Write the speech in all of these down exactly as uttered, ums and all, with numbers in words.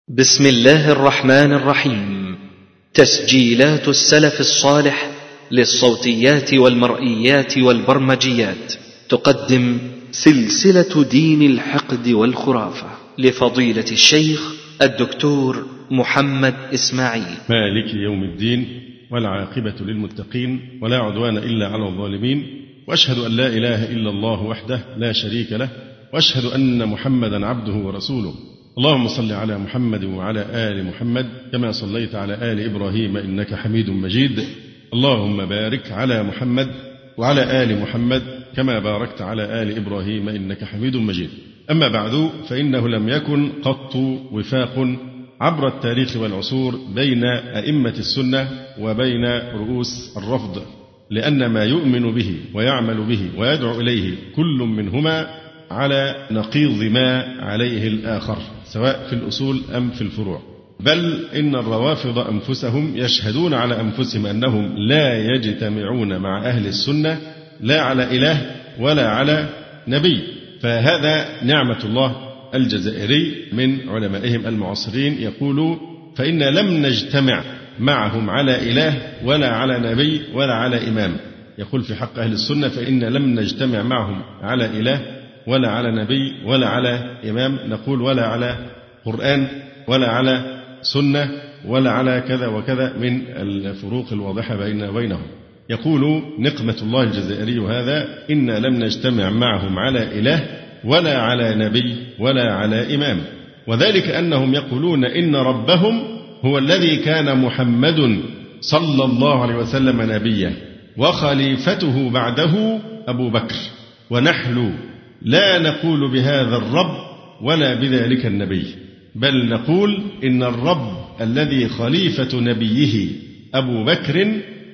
بسم الله الرحمن الرحيم. تسجيلات السلف الصالح للصوتيات والمرئيات والبرمجيات تقدم سلسلة دين الحقد والخرافة لفضيلة الشيخ الدكتور محمد إسماعيل. مالك يوم الدين، والعاقبة للمتقين، ولا عدوان إلا على الظالمين، وأشهد أن لا إله إلا الله وحده لا شريك له، وأشهد أن محمدا عبده ورسوله. اللهم صل على محمد وعلى آل محمد كما صليت على آل إبراهيم إنك حميد مجيد. اللهم بارك على محمد وعلى آل محمد كما باركت على آل إبراهيم إنك حميد مجيد. أما بعد، فإنه لم يكن قط وفاق عبر التاريخ والعصور بين أئمة السنة وبين رؤوس الرفض، لأن ما يؤمن به ويعمل به ويدعو إليه كل منهما على نقيض ما عليه الآخر، سواء في الأصول أم في الفروع. بل إن الروافض أنفسهم يشهدون على أنفسهم أنهم لا يجتمعون مع أهل السنة لا على إله ولا على نبي. فهذا نعمة الله الجزائري من علمائهم المعاصرين يقول: فإنا لم نجتمع معهم على إله ولا على نبي ولا على إمام. يقول في حق أهل السنة: فإنا لم نجتمع معهم على إله ولا على نبي ولا على إمام. نقول: ولا على قرآن ولا على سنة ولا على كذا وكذا من الفروق الواضحة بيننا وبينهم. يقول نقمة الله الجزائري هذا: إنا لم نجتمع معهم على إله ولا على نبي ولا على إمام. وذلك أنهم يقولون إن ربهم هو الذي كان محمد صلى الله عليه وسلم نبيا، وخليفته بعده أبو بكر، ونحن لا نقول بهذا الرب ولا بذلك النبي، بل نقول إن الرب الذي خليفة نبيه أبو بكر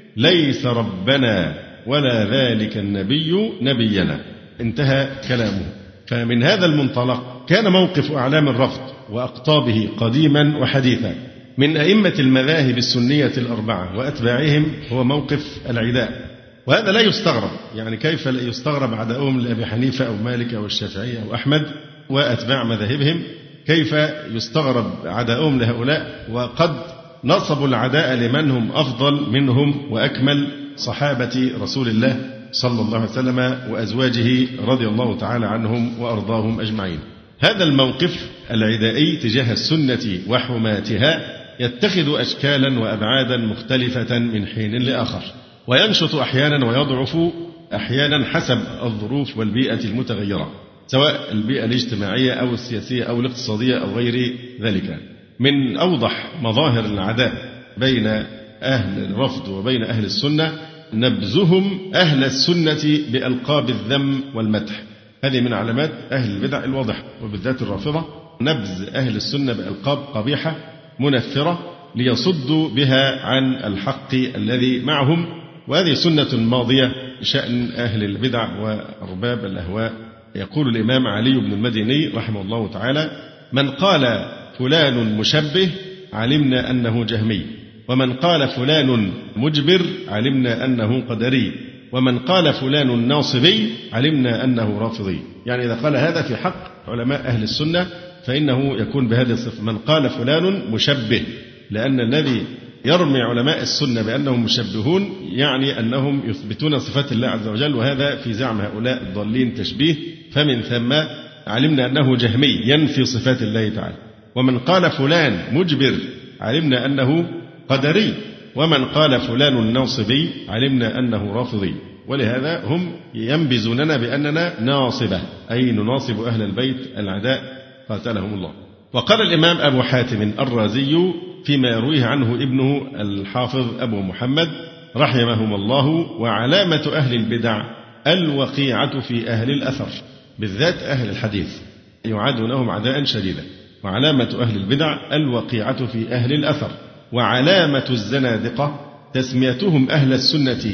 ليس ربنا ولا ذلك النبي نبينا. انتهى كلامه. فمن هذا المنطلق كان موقف أعلام الرفض وأقطابه قديما وحديثا من أئمة المذاهب السنية الأربعة وأتباعهم هو موقف العداء. وهذا لا يستغرب، يعني كيف لا يستغرب عداؤهم لأبي حنيفة أو مالك أو الشافعية أو أحمد وأتباع مذاهبهم؟ كيف يستغرب عداؤهم لهؤلاء وقد نصبوا العداء لمن هم أفضل منهم وأكمل صحابة رسول الله صلى الله عليه وسلم وأزواجه رضي الله تعالى عنهم وأرضاهم أجمعين. هذا الموقف العدائي تجاه السنة وحماتها يتخذ أشكالا وأبعادا مختلفة من حين لآخر، وينشط أحيانا ويضعف أحيانا حسب الظروف والبيئة المتغيرة، سواء البيئة الاجتماعية أو السياسية أو الاقتصادية أو غير ذلك. من أوضح مظاهر العداء بين أهل الرفض وبين أهل السنة نبذهم أهل السنة بألقاب الذم والمدح. هذه من علامات أهل البدع الواضحة، وبالذات الرافضة، نبذ أهل السنة بألقاب قبيحة منفرة ليصدوا بها عن الحق الذي معهم. وهذه سنة ماضية شأن أهل البدع وأرباب الأهواء. يقول الإمام علي بن المديني رحمه الله تعالى: من قال فلان مشبه علمنا أنه جهمي، ومن قال فلان مجبر علمنا أنه قدري، ومن قال فلان ناصبي علمنا أنه رافضي. يعني إذا قال هذا في حق علماء أهل السنة فإنه يكون بهذه الصفة: من قال فلان مشبه، لأن الذي يرمي علماء السنة بأنهم مشبهون يعني أنهم يثبتون صفات الله عز وجل، وهذا في زعم هؤلاء الضالين تشبيه، فمن ثم علمنا أنه جهمي ينفي صفات الله تعالى. ومن قال فلان مجبر علمنا أنه قدري، ومن قال فلان ناصبي علمنا أنه رافضي. ولهذا هم ينبذوننا بأننا ناصبة، أي نناصب أهل البيت العداء قاتلهم الله. وقال الإمام أبو حاتم الرازي فيما يرويه عنه ابنه الحافظ أبو محمد رحمهم الله: وعلامة أهل البدع الوقيعة في أهل الأثر، بالذات أهل الحديث يعادونهم عداء شديدا. وعلامة أهل البدع الوقيعة في أهل الأثر. وعلامة الزنادقة تسميتهم أهل السنة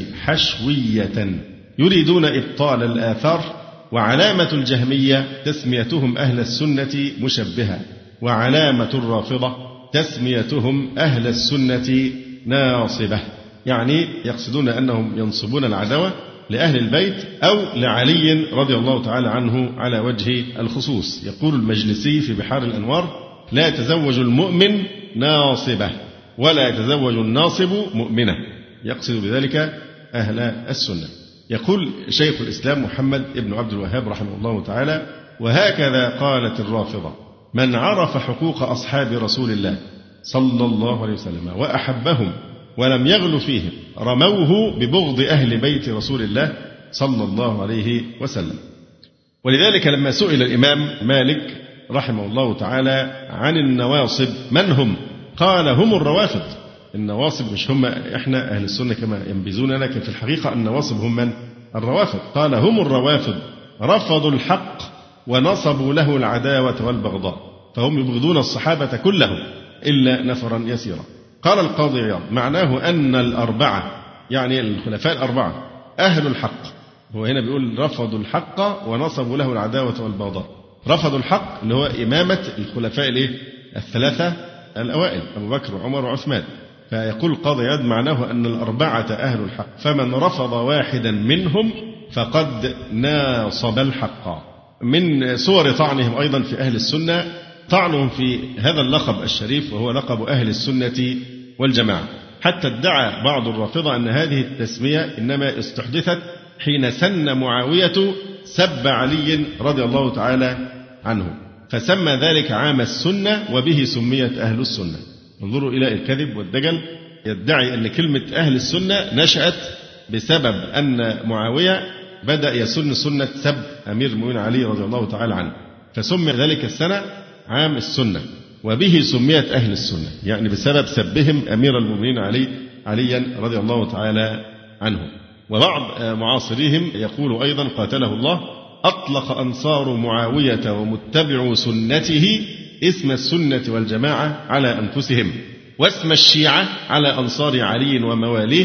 حشوية يريدون إبطال الآثار. وعلامة الجهمية تسميتهم أهل السنة مشبهة. وعلامة الرافضة تسميتهم أهل السنة ناصبة، يعني يقصدون أنهم ينصبون العداوة لأهل البيت أو لعلي رضي الله تعالى عنه على وجه الخصوص. يقول المجلسي في بحار الأنوار: لا يتزوج المؤمن ناصبة ولا يتزوج الناصب مؤمنة، يقصد بذلك أهل السنة. يقول شيخ الإسلام محمد بن عبد الوهاب رحمه الله تعالى: وهكذا قالت الرافضة: من عرف حقوق أصحاب رسول الله صلى الله عليه وسلم وأحبهم ولم يغل فيهم رموه ببغض أهل بيت رسول الله صلى الله عليه وسلم. ولذلك لما سئل الإمام مالك رحمه الله تعالى عن النواصب من هم؟ قال: هم الروافض. النواصب مش هم إحنا أهل السنة كما ينبذون، لكن في الحقيقة النواصب هم من؟ الروافض. قال: هم الروافض رفضوا الحق ونصبوا له العداوة والبغضاء، فهم يبغضون الصحابة كلهم إلا نفرا يسيرا. قال القاضي عياض: معناه أن الأربعة، يعني الخلفاء الأربعة، أهل الحق. هو هنا بيقول رفضوا الحق ونصبوا له العداوة والبغضاء. رفضوا الحق اللي هو إمامة الخلفاء الإيه؟ الثلاثة الأوائل أبو بكر وعمر وعثمان. فيقول القاضي عياض: معناه أن الأربعة أهل الحق، فمن رفض واحدا منهم فقد ناصب الحق. من صور طعنهم أيضا في أهل السنة طعنهم في هذا اللقب الشريف وهو لقب أهل السنة والجماعة، حتى ادعى بعض الرافضة أن هذه التسمية إنما استحدثت حين سن معاوية سب علي رضي الله تعالى عنه، فسمى ذلك عام السنة وبه سميت أهل السنة. انظروا إلى الكذب والدجل، يدعي أن كلمة أهل السنة نشأت بسبب أن معاوية بدأ يسن سنة سب أمير المؤمنين علي رضي الله تعالى عنه، فسمي ذلك السنة عام السنة وبه سميت أهل السنة، يعني بسبب سبهم أمير المؤمنين علي عليا رضي الله تعالى عنه. وبعض معاصريهم يقول أيضا قاتله الله: أطلق أنصار معاوية ومتبعوا سنته اسم السنة والجماعة على أنفسهم، واسم الشيعة على أنصار علي ومواليه،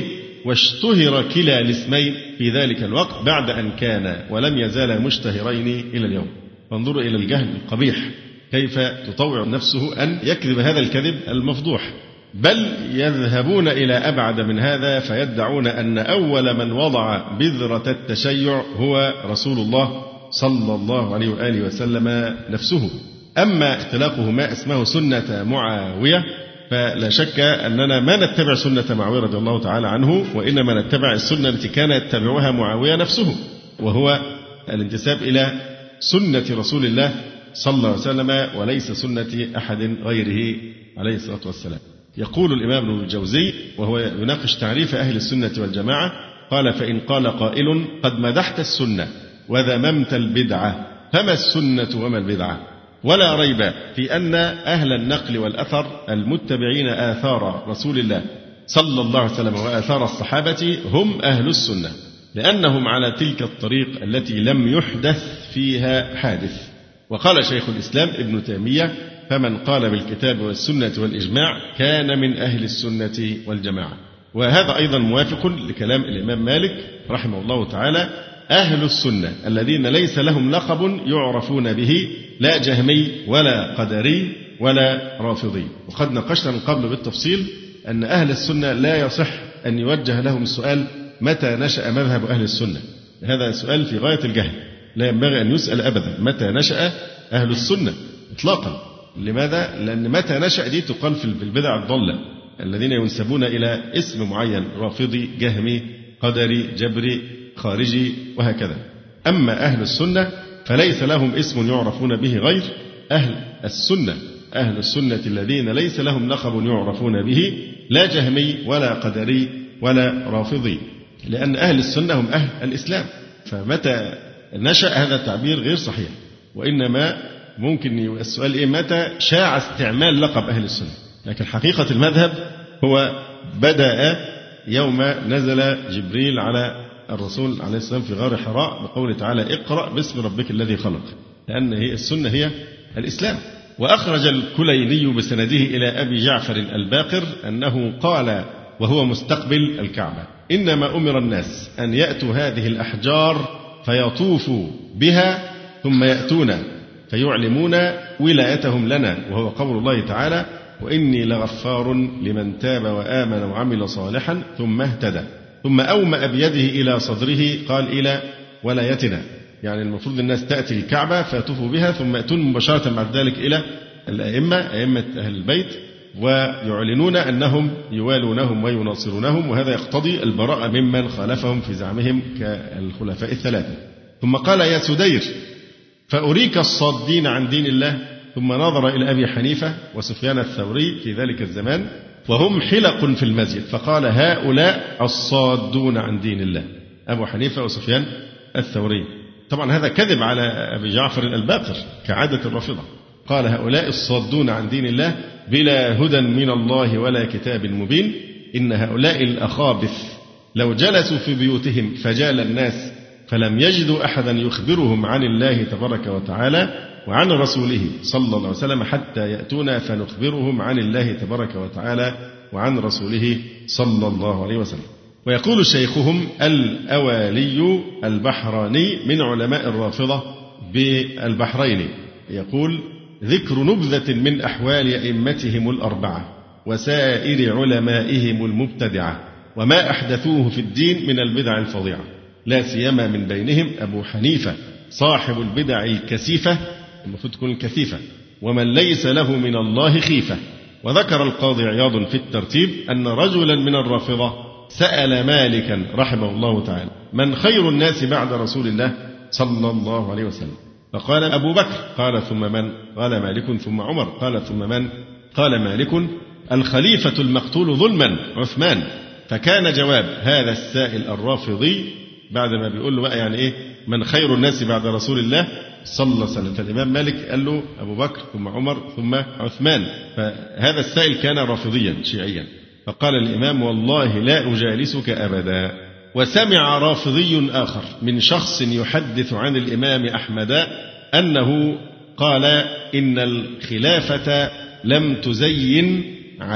واشتهر كلا الاسمين في ذلك الوقت بعد أن كان ولم يزال مشتهرين إلى اليوم. فانظروا إلى الجهل القبيح كيف تطوع نفسه أن يكذب هذا الكذب المفضوح. بل يذهبون إلى أبعد من هذا فيدعون أن أول من وضع بذرة التشيع هو رسول الله صلى الله عليه وآله وسلم نفسه. أما اختلاقه ما اسمه سنة معاوية فلا شك أننا ما نتبع سنة معاوية رضي الله تعالى عنه، وإنما نتبع السنة التي كان يتبعها معاوية نفسه، وهو الانتساب إلى سنة رسول الله صلى الله عليه وسلم وليس سنة أحد غيره عليه الصلاة والسلام. يقول الإمام ابن الجوزي وهو يناقش تعريف أهل السنة والجماعة قال: فإن قال قائل قد مدحت السنة وذممت البدعة فما السنة وما البدعة؟ ولا ريب في أن أهل النقل والأثر المتبعين آثار رسول الله صلى الله عليه وسلم وآثار الصحابة هم أهل السنة، لأنهم على تلك الطريق التي لم يحدث فيها حادث. وقال شيخ الإسلام ابن تيمية: فمن قال بالكتاب والسنة والإجماع كان من أهل السنة والجماعة. وهذا أيضا موافق لكلام الإمام مالك رحمه الله تعالى: أهل السنة الذين ليس لهم لقب يعرفون به، لا جهمي ولا قدري ولا رافضي. وقد ناقشنا من قبل بالتفصيل أن أهل السنة لا يصح أن يوجه لهم السؤال متى نشأ مذهب أهل السنة. هذا سؤال في غاية الجهل، لا ينبغي أن يسأل أبدا متى نشأ أهل السنة إطلاقا. لماذا؟ لأن متى نشأ دي تقال في البدع الضالة الذين ينسبون إلى اسم معين: رافضي، جهمي، قدري، جبري، خارجي، وهكذا. أما أهل السنة فليس لهم اسم يعرفون به غير أهل السنة. أهل السنة الذين ليس لهم لقب يعرفون به، لا جهمي ولا قدري ولا رافضي، لأن أهل السنة هم أهل الإسلام. فمتى نشأ هذا التعبير غير صحيح، وإنما ممكن السؤال إيه؟ متى شاع استعمال لقب أهل السنة؟ لكن حقيقة المذهب هو بدأ يوم نزل جبريل على الرسول عليه السلام في غار حراء بقوله تعالى: اقرأ باسم ربك الذي خلق، لأن هي السنة هي الإسلام. وأخرج الكليني بسنده إلى أبي جعفر الباقر أنه قال وهو مستقبل الكعبة: إنما أمر الناس أن يأتوا هذه الأحجار فيطوفوا بها ثم يأتون فيعلمون ولايتهم لنا، وهو قول الله تعالى: وإني لغفار لمن تاب وآمن وعمل صالحا ثم اهتدى. ثم أومأ بيده إلى صدره قال: إلى ولايتنا. يعني المفروض الناس تأتي الكعبة فيطوفوا بها ثم يأتون مباشرة بعد ذلك إلى الأئمة أئمة أهل البيت، ويعلنون أنهم يوالونهم ويناصرونهم، وهذا يقتضي البراءة ممن خالفهم في زعمهم كالخلفاء الثلاثة. ثم قال: يا سدير فأريك الصادين عن دين الله. ثم نظر إلى أبي حنيفة وسفيان الثوري في ذلك الزمان وهم حلق في المسجد، فقال: هؤلاء الصادون عن دين الله، أبو حنيفة وسفيان الثوري. طبعا هذا كذب على أبي جعفر الباقر كعادة الرافضة. قال: هؤلاء الصادون عن دين الله بلا هدى من الله ولا كتاب مبين، إن هؤلاء الأخابث لو جلسوا في بيوتهم فجال الناس فلم يجدوا أحدا يخبرهم عن الله تبارك وتعالى وعن رسوله صلى الله عليه وسلم حتى يأتونا فنخبرهم عن الله تبارك وتعالى وعن رسوله صلى الله عليه وسلم. ويقول شيخهم الأوالي البحراني من علماء الرافضة بالبحرين، يقول: ذكر نبذة من أحوال أئمتهم الأربعة وسائر علمائهم المبتدعة وما أحدثوه في الدين من البدع الفظيعة، لا سيما من بينهم أبو حنيفة صاحب البدع الكثيفة، المفروض تكون الكثيفة، ومن ليس له من الله خيفة. وذكر القاضي عياض في الترتيب أن رجلا من الرافضة سأل مالكا رحمه الله تعالى: من خير الناس بعد رسول الله صلى الله عليه وسلم؟ فقال: أبو بكر. قال: ثم من؟ قال: مالك. ثم عمر. قال: ثم من؟ قال: مالك. الخليفة المقتول ظلما عثمان. فكان جواب هذا السائل الرافضي بعد ما بيقول له بقى يعني إيه من خير الناس بعد رسول الله صلى الله عليه وسلم، فالإمام مالك قال له أبو بكر ثم عمر ثم عثمان. فهذا السائل كان رافضيا شيعيا، فقال الإمام: والله لا أجالسك أبدا. وسمع رافضي آخر من شخص يحدث عن الإمام أحمد أنه قال: إن الخلافة لم تزين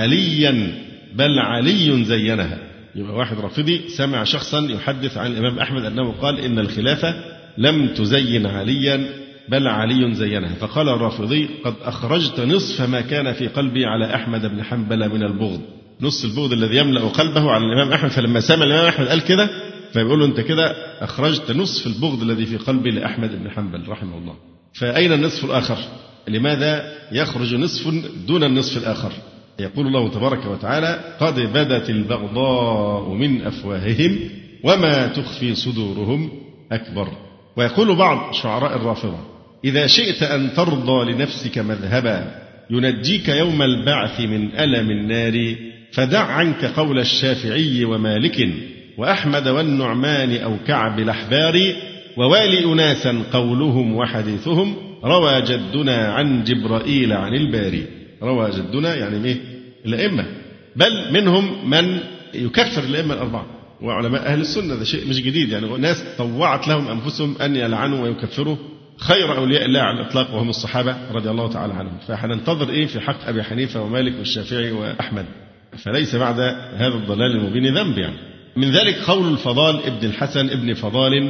عليا بل علي زينها. يبقى واحد رافضي سمع شخصا يحدث عن الإمام أحمد أنه قال: إن الخلافة لم تزين عليا بل علي زينها. فقال الرافضي: قد أخرجت نصف ما كان في قلبي على أحمد بن حنبل من البغض، نص البغض الذي يملأ قلبه على الإمام أحمد. فلما سمع الإمام أحمد قال كده فيقول له: أنت كده أخرجت نصف البغض الذي في قلبي لأحمد بن حنبل رحمه الله. فأين النصف الآخر؟ لماذا يخرج نصف دون النصف الآخر؟ يقول الله تبارك وتعالى: قد بدت البغضاء من أفواههم وما تخفي صدورهم أكبر. ويقول بعض شعراء الرافضة: إذا شئت أن ترضى لنفسك مذهبا ينجيك يوم البعث من ألم النار، فدع عنك قول الشافعي ومالك وأحمد والنعمان أو كعب الأحبار، ووالي أناسا قولهم وحديثهم روى جدنا عن جبرائيل عن الباري. روى جدنا يعني إيه؟ الأئمة، بل منهم من يكفر الأئمة الأربعة وعلماء أهل السنة. ده شيء مش جديد، يعني ناس طوعت لهم أنفسهم أن يلعنوا ويكفروا خير أولياء الله على الإطلاق وهم الصحابة رضي الله تعالى عنهم. فحننتظر إيه في حق أبي حنيفة ومالك والشافعي وأحمد؟ فليس بعد هذا الضلال المبين ذنب. يعني من ذلك قول الفضال ابن الحسن ابن فضال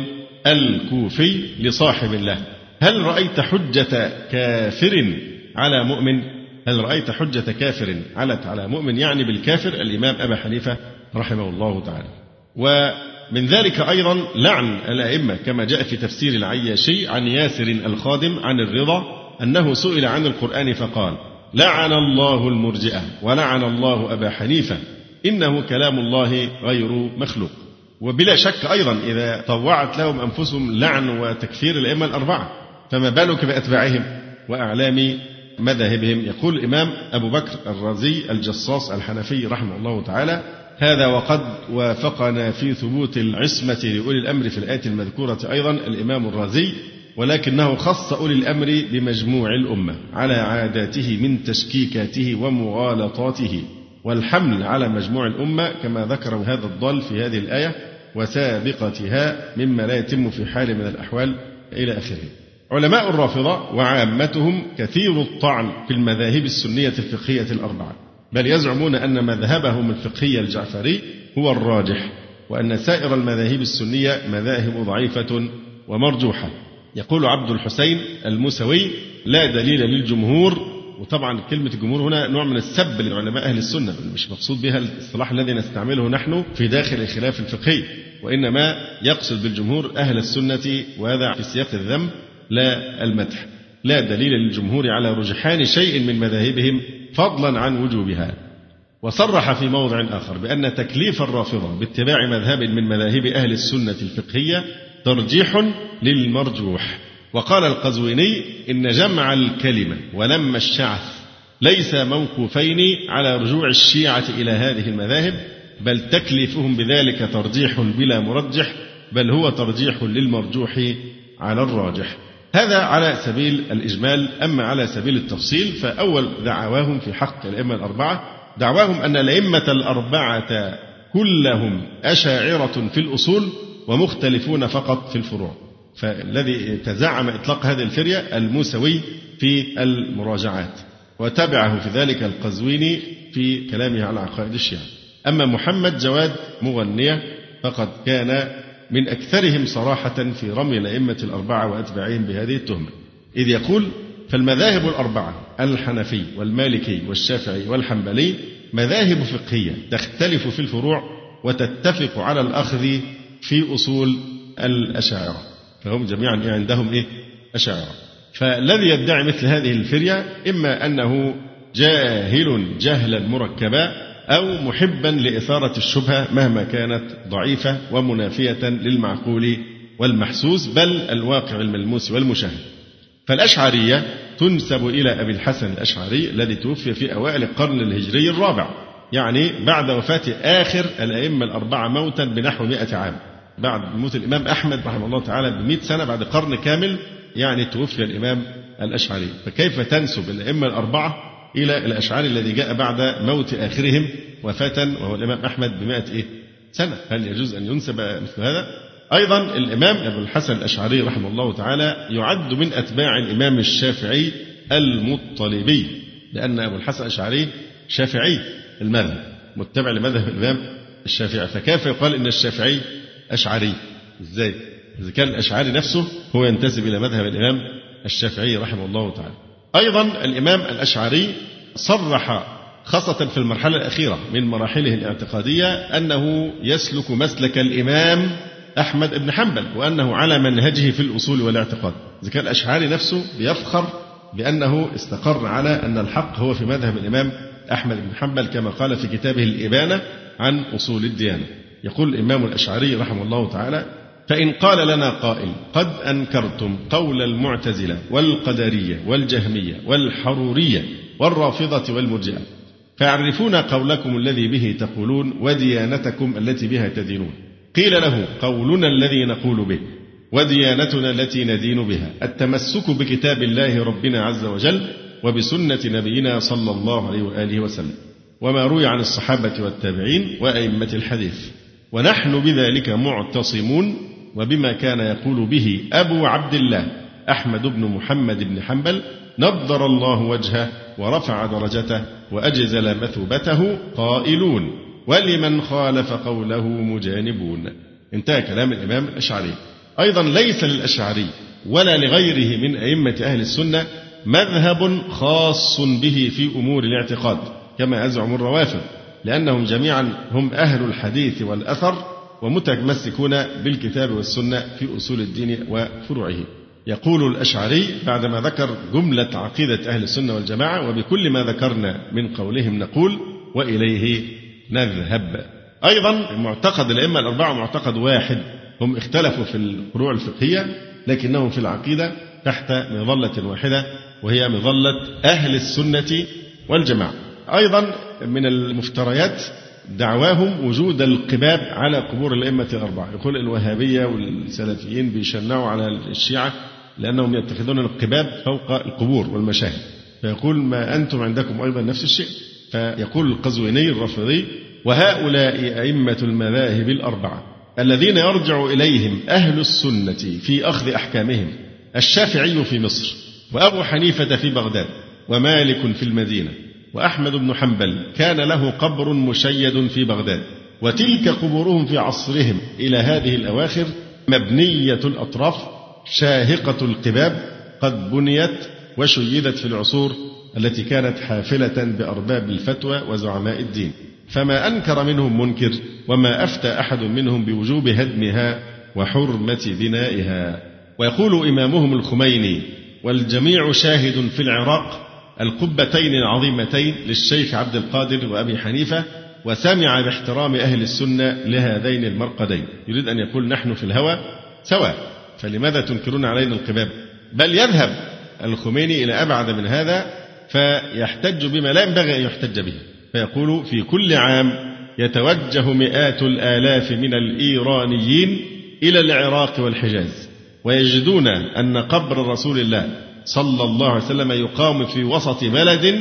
الكوفي لصاحب الله: هل رأيت حجة كافر على مؤمن؟ هل رأيت حجة كافر علت على مؤمن؟ يعني بالكافر الإمام أبا حنيفة رحمه الله تعالى. ومن ذلك أيضا لعن الأئمة كما جاء في تفسير العياشي عن ياسر الخادم عن الرضا أنه سئل عن القرآن فقال: لعن الله المرجئة ولعن الله أبا حنيفة، إنه كلام الله غير مخلوق. وبلا شك أيضا إذا طوعت لهم أنفسهم لعن وتكفير الأئمة الأربعة فما بالك بأتباعهم وأعلام مذاهبهم. يقول الإمام أبو بكر الرازي الجصاص الحنفي رحمه الله تعالى: هذا وقد وافقنا في ثبوت العصمة لأولي الأمر في الآية المذكورة أيضا الإمام الرازي، ولكنه خص أولي الأمر بمجموع الأمة على عاداته من تشكيكاته ومغالطاته والحمل على مجموع الأمة كما ذكر هذا الضال في هذه الآية وسابقتها مما لا يتم في حال من الأحوال إلى آخره. علماء الرافضة وعامتهم كثير الطعن في المذاهب السنية الفقهية الأربعة، بل يزعمون أن مذهبهم الفقهي الجعفري هو الراجح، وأن سائر المذاهب السنية مذاهب ضعيفة ومرجوحة. يقول عبد الحسين الموسوي: لا دليل للجمهور. وطبعا كلمة الجمهور هنا نوع من السب لعلماء أهل السنة، مش مقصود بها الاصطلاح الذي نستعمله نحن في داخل الخلاف الفقهي، وإنما يقصد بالجمهور أهل السنة، وهذا في سياق الذم لا المدح. لا دليل للجمهور على رجحان شيء من مذاهبهم فضلا عن وجوبها. وصرح في موضع آخر بأن تكليف الرافضة باتباع مذهب من مذاهب أهل السنة الفقهية ترجيح للمرجوح. وقال القزويني إن جمع الكلمة ولم الشعث ليس موقوفين على رجوع الشيعة إلى هذه المذاهب، بل تكليفهم بذلك ترجيح بلا مرجح، بل هو ترجيح للمرجوح على الراجح. هذا على سبيل الإجمال. أما على سبيل التفصيل فأول دعواهم في حق الأئمة الأربعة دعواهم أن الأئمة الأربعة كلهم أشاعرة في الأصول ومختلفون فقط في الفروع. فالذي تزعم إطلاق هذه الفرية الموسوي في المراجعات، وتبعه في ذلك القزويني في كلامه على عقائد الشيعة. أما محمد جواد مغنية فقد كان من أكثرهم صراحة في رمي الأئمة الأربعة وأتباعهم بهذه التهمة، إذ يقول: فالمذاهب الأربعة الحنفي والمالكي والشافعي والحنبلي مذاهب فقهية تختلف في الفروع وتتفق على الأخذ في أصول الأشاعرة، فهم جميعا عندهم إيه؟ أشاعرة. فالذي يدعي مثل هذه الفرية إما أنه جاهل جهلا مركبا أو محبا لإثارة الشبهة مهما كانت ضعيفة ومنافية للمعقول والمحسوس بل الواقع الملموس والمشاهد. فالأشعرية تنسب إلى أبي الحسن الأشعري الذي توفي في أوائل القرن الهجري الرابع، يعني بعد وفاة آخر الأئمة الأربعة موتا بنحو مئة عام، بعد موت الإمام أحمد رحمه الله تعالى بمئة سنة، بعد قرن كامل يعني توفي الإمام الأشعري. فكيف تنسب الأئمة الأربعة إلى الأشعري الذي جاء بعد موت آخرهم وفاة وهو الإمام أحمد بمئة إيه؟ سنة؟ هل يجوز أن ينسب مثل هذا؟ أيضا الإمام أبو الحسن الأشعري رحمه الله تعالى يعد من أتباع الإمام الشافعي المطلبي، لأن أبو الحسن الأشعري شافعي المذهب متبع لمذهب الإمام الشافعي، فكيف يقال إن الشافعي أشعري؟ إزاي؟ إذا كان الأشعري نفسه هو ينتسب إلى مذهب الإمام الشافعي رحمه الله تعالى. أيضا الإمام الأشعري صرح خاصة في المرحلة الأخيرة من مراحله الاعتقادية أنه يسلك مسلك الإمام أحمد بن حنبل وأنه على منهجه في الأصول والاعتقاد. إذا كان الأشعري نفسه بيفخر بأنه استقر على أن الحق هو في مذهب الإمام أحمد بن حنبل كما قال في كتابه الإبانة عن أصول الديانة. يقول الإمام الأشعري رحمه الله تعالى: فإن قال لنا قائل: قد أنكرتم قول المعتزلة والقدرية والجهمية والحرورية والرافضة والمرجئة، فاعرفونا قولكم الذي به تقولون وديانتكم التي بها تدينون. قيل له: قولنا الذي نقول به وديانتنا التي ندين بها التمسك بكتاب الله ربنا عز وجل وبسنة نبينا صلى الله عليه وآله وسلم وما روي عن الصحابة والتابعين وأئمة الحديث، ونحن بذلك معتصمون وبما كان يقول به أبو عبد الله أحمد بن محمد بن حنبل نضر الله وجهه ورفع درجته وأجزل مثوبته قائلون: ولمن خالف قوله مجانبون. انتهى كلام الإمام الأشعري. أيضا ليس للأشعري ولا لغيره من أئمة أهل السنة مذهب خاص به في أمور الاعتقاد كما يزعم الروافض، لأنهم جميعا هم أهل الحديث والأثر ومتمسكون بالكتاب والسنة في أصول الدين وفروعه. يقول الأشعري بعدما ذكر جملة عقيدة أهل السنة والجماعة: وبكل ما ذكرنا من قولهم نقول وإليه نذهب. أيضا معتقد الأئمة الأربعة معتقد واحد، هم اختلفوا في الفروع الفقهية لكنهم في العقيدة تحت مظلة واحدة وهي مظلة أهل السنة والجماعة. أيضا من المفتريات دعواهم وجود القباب على قبور الأئمة الأربعة. يقول الوهابية والسلفيين بيشنعوا على الشيعة لأنهم يتخذون القباب فوق القبور والمشاهد، فيقول: ما أنتم عندكم أيضا نفس الشيء. فيقول القزويني الرافضي: وهؤلاء أئمة المذاهب الأربعة الذين يرجع إليهم أهل السنة في أخذ أحكامهم الشافعي في مصر وأبو حنيفة في بغداد ومالك في المدينة وأحمد بن حنبل كان له قبر مشيد في بغداد، وتلك قبورهم في عصرهم إلى هذه الأواخر مبنية الأطراف شاهقة القباب قد بنيت وشيدت في العصور التي كانت حافلة بأرباب الفتوى وزعماء الدين، فما أنكر منهم منكر وما أفتى أحد منهم بوجوب هدمها وحرمة بنائها. ويقول إمامهم الخميني: والجميع شاهد في العراق القبتين العظيمتين للشيخ عبد القادر وأبي حنيفة، وسمع باحترام أهل السنة لهذين المرقدين. يريد أن يقول نحن في الهوى سواء، فلماذا تنكرون علينا القباب؟ بل يذهب الخميني إلى أبعد من هذا فيحتج بما لا ينبغي أن يحتج به، فيقول في كل عام يتوجه مئات الآلاف من الإيرانيين إلى العراق والحجاز، ويجدون أن قبر رسول الله صلى الله عليه وسلم يقام في وسط بلد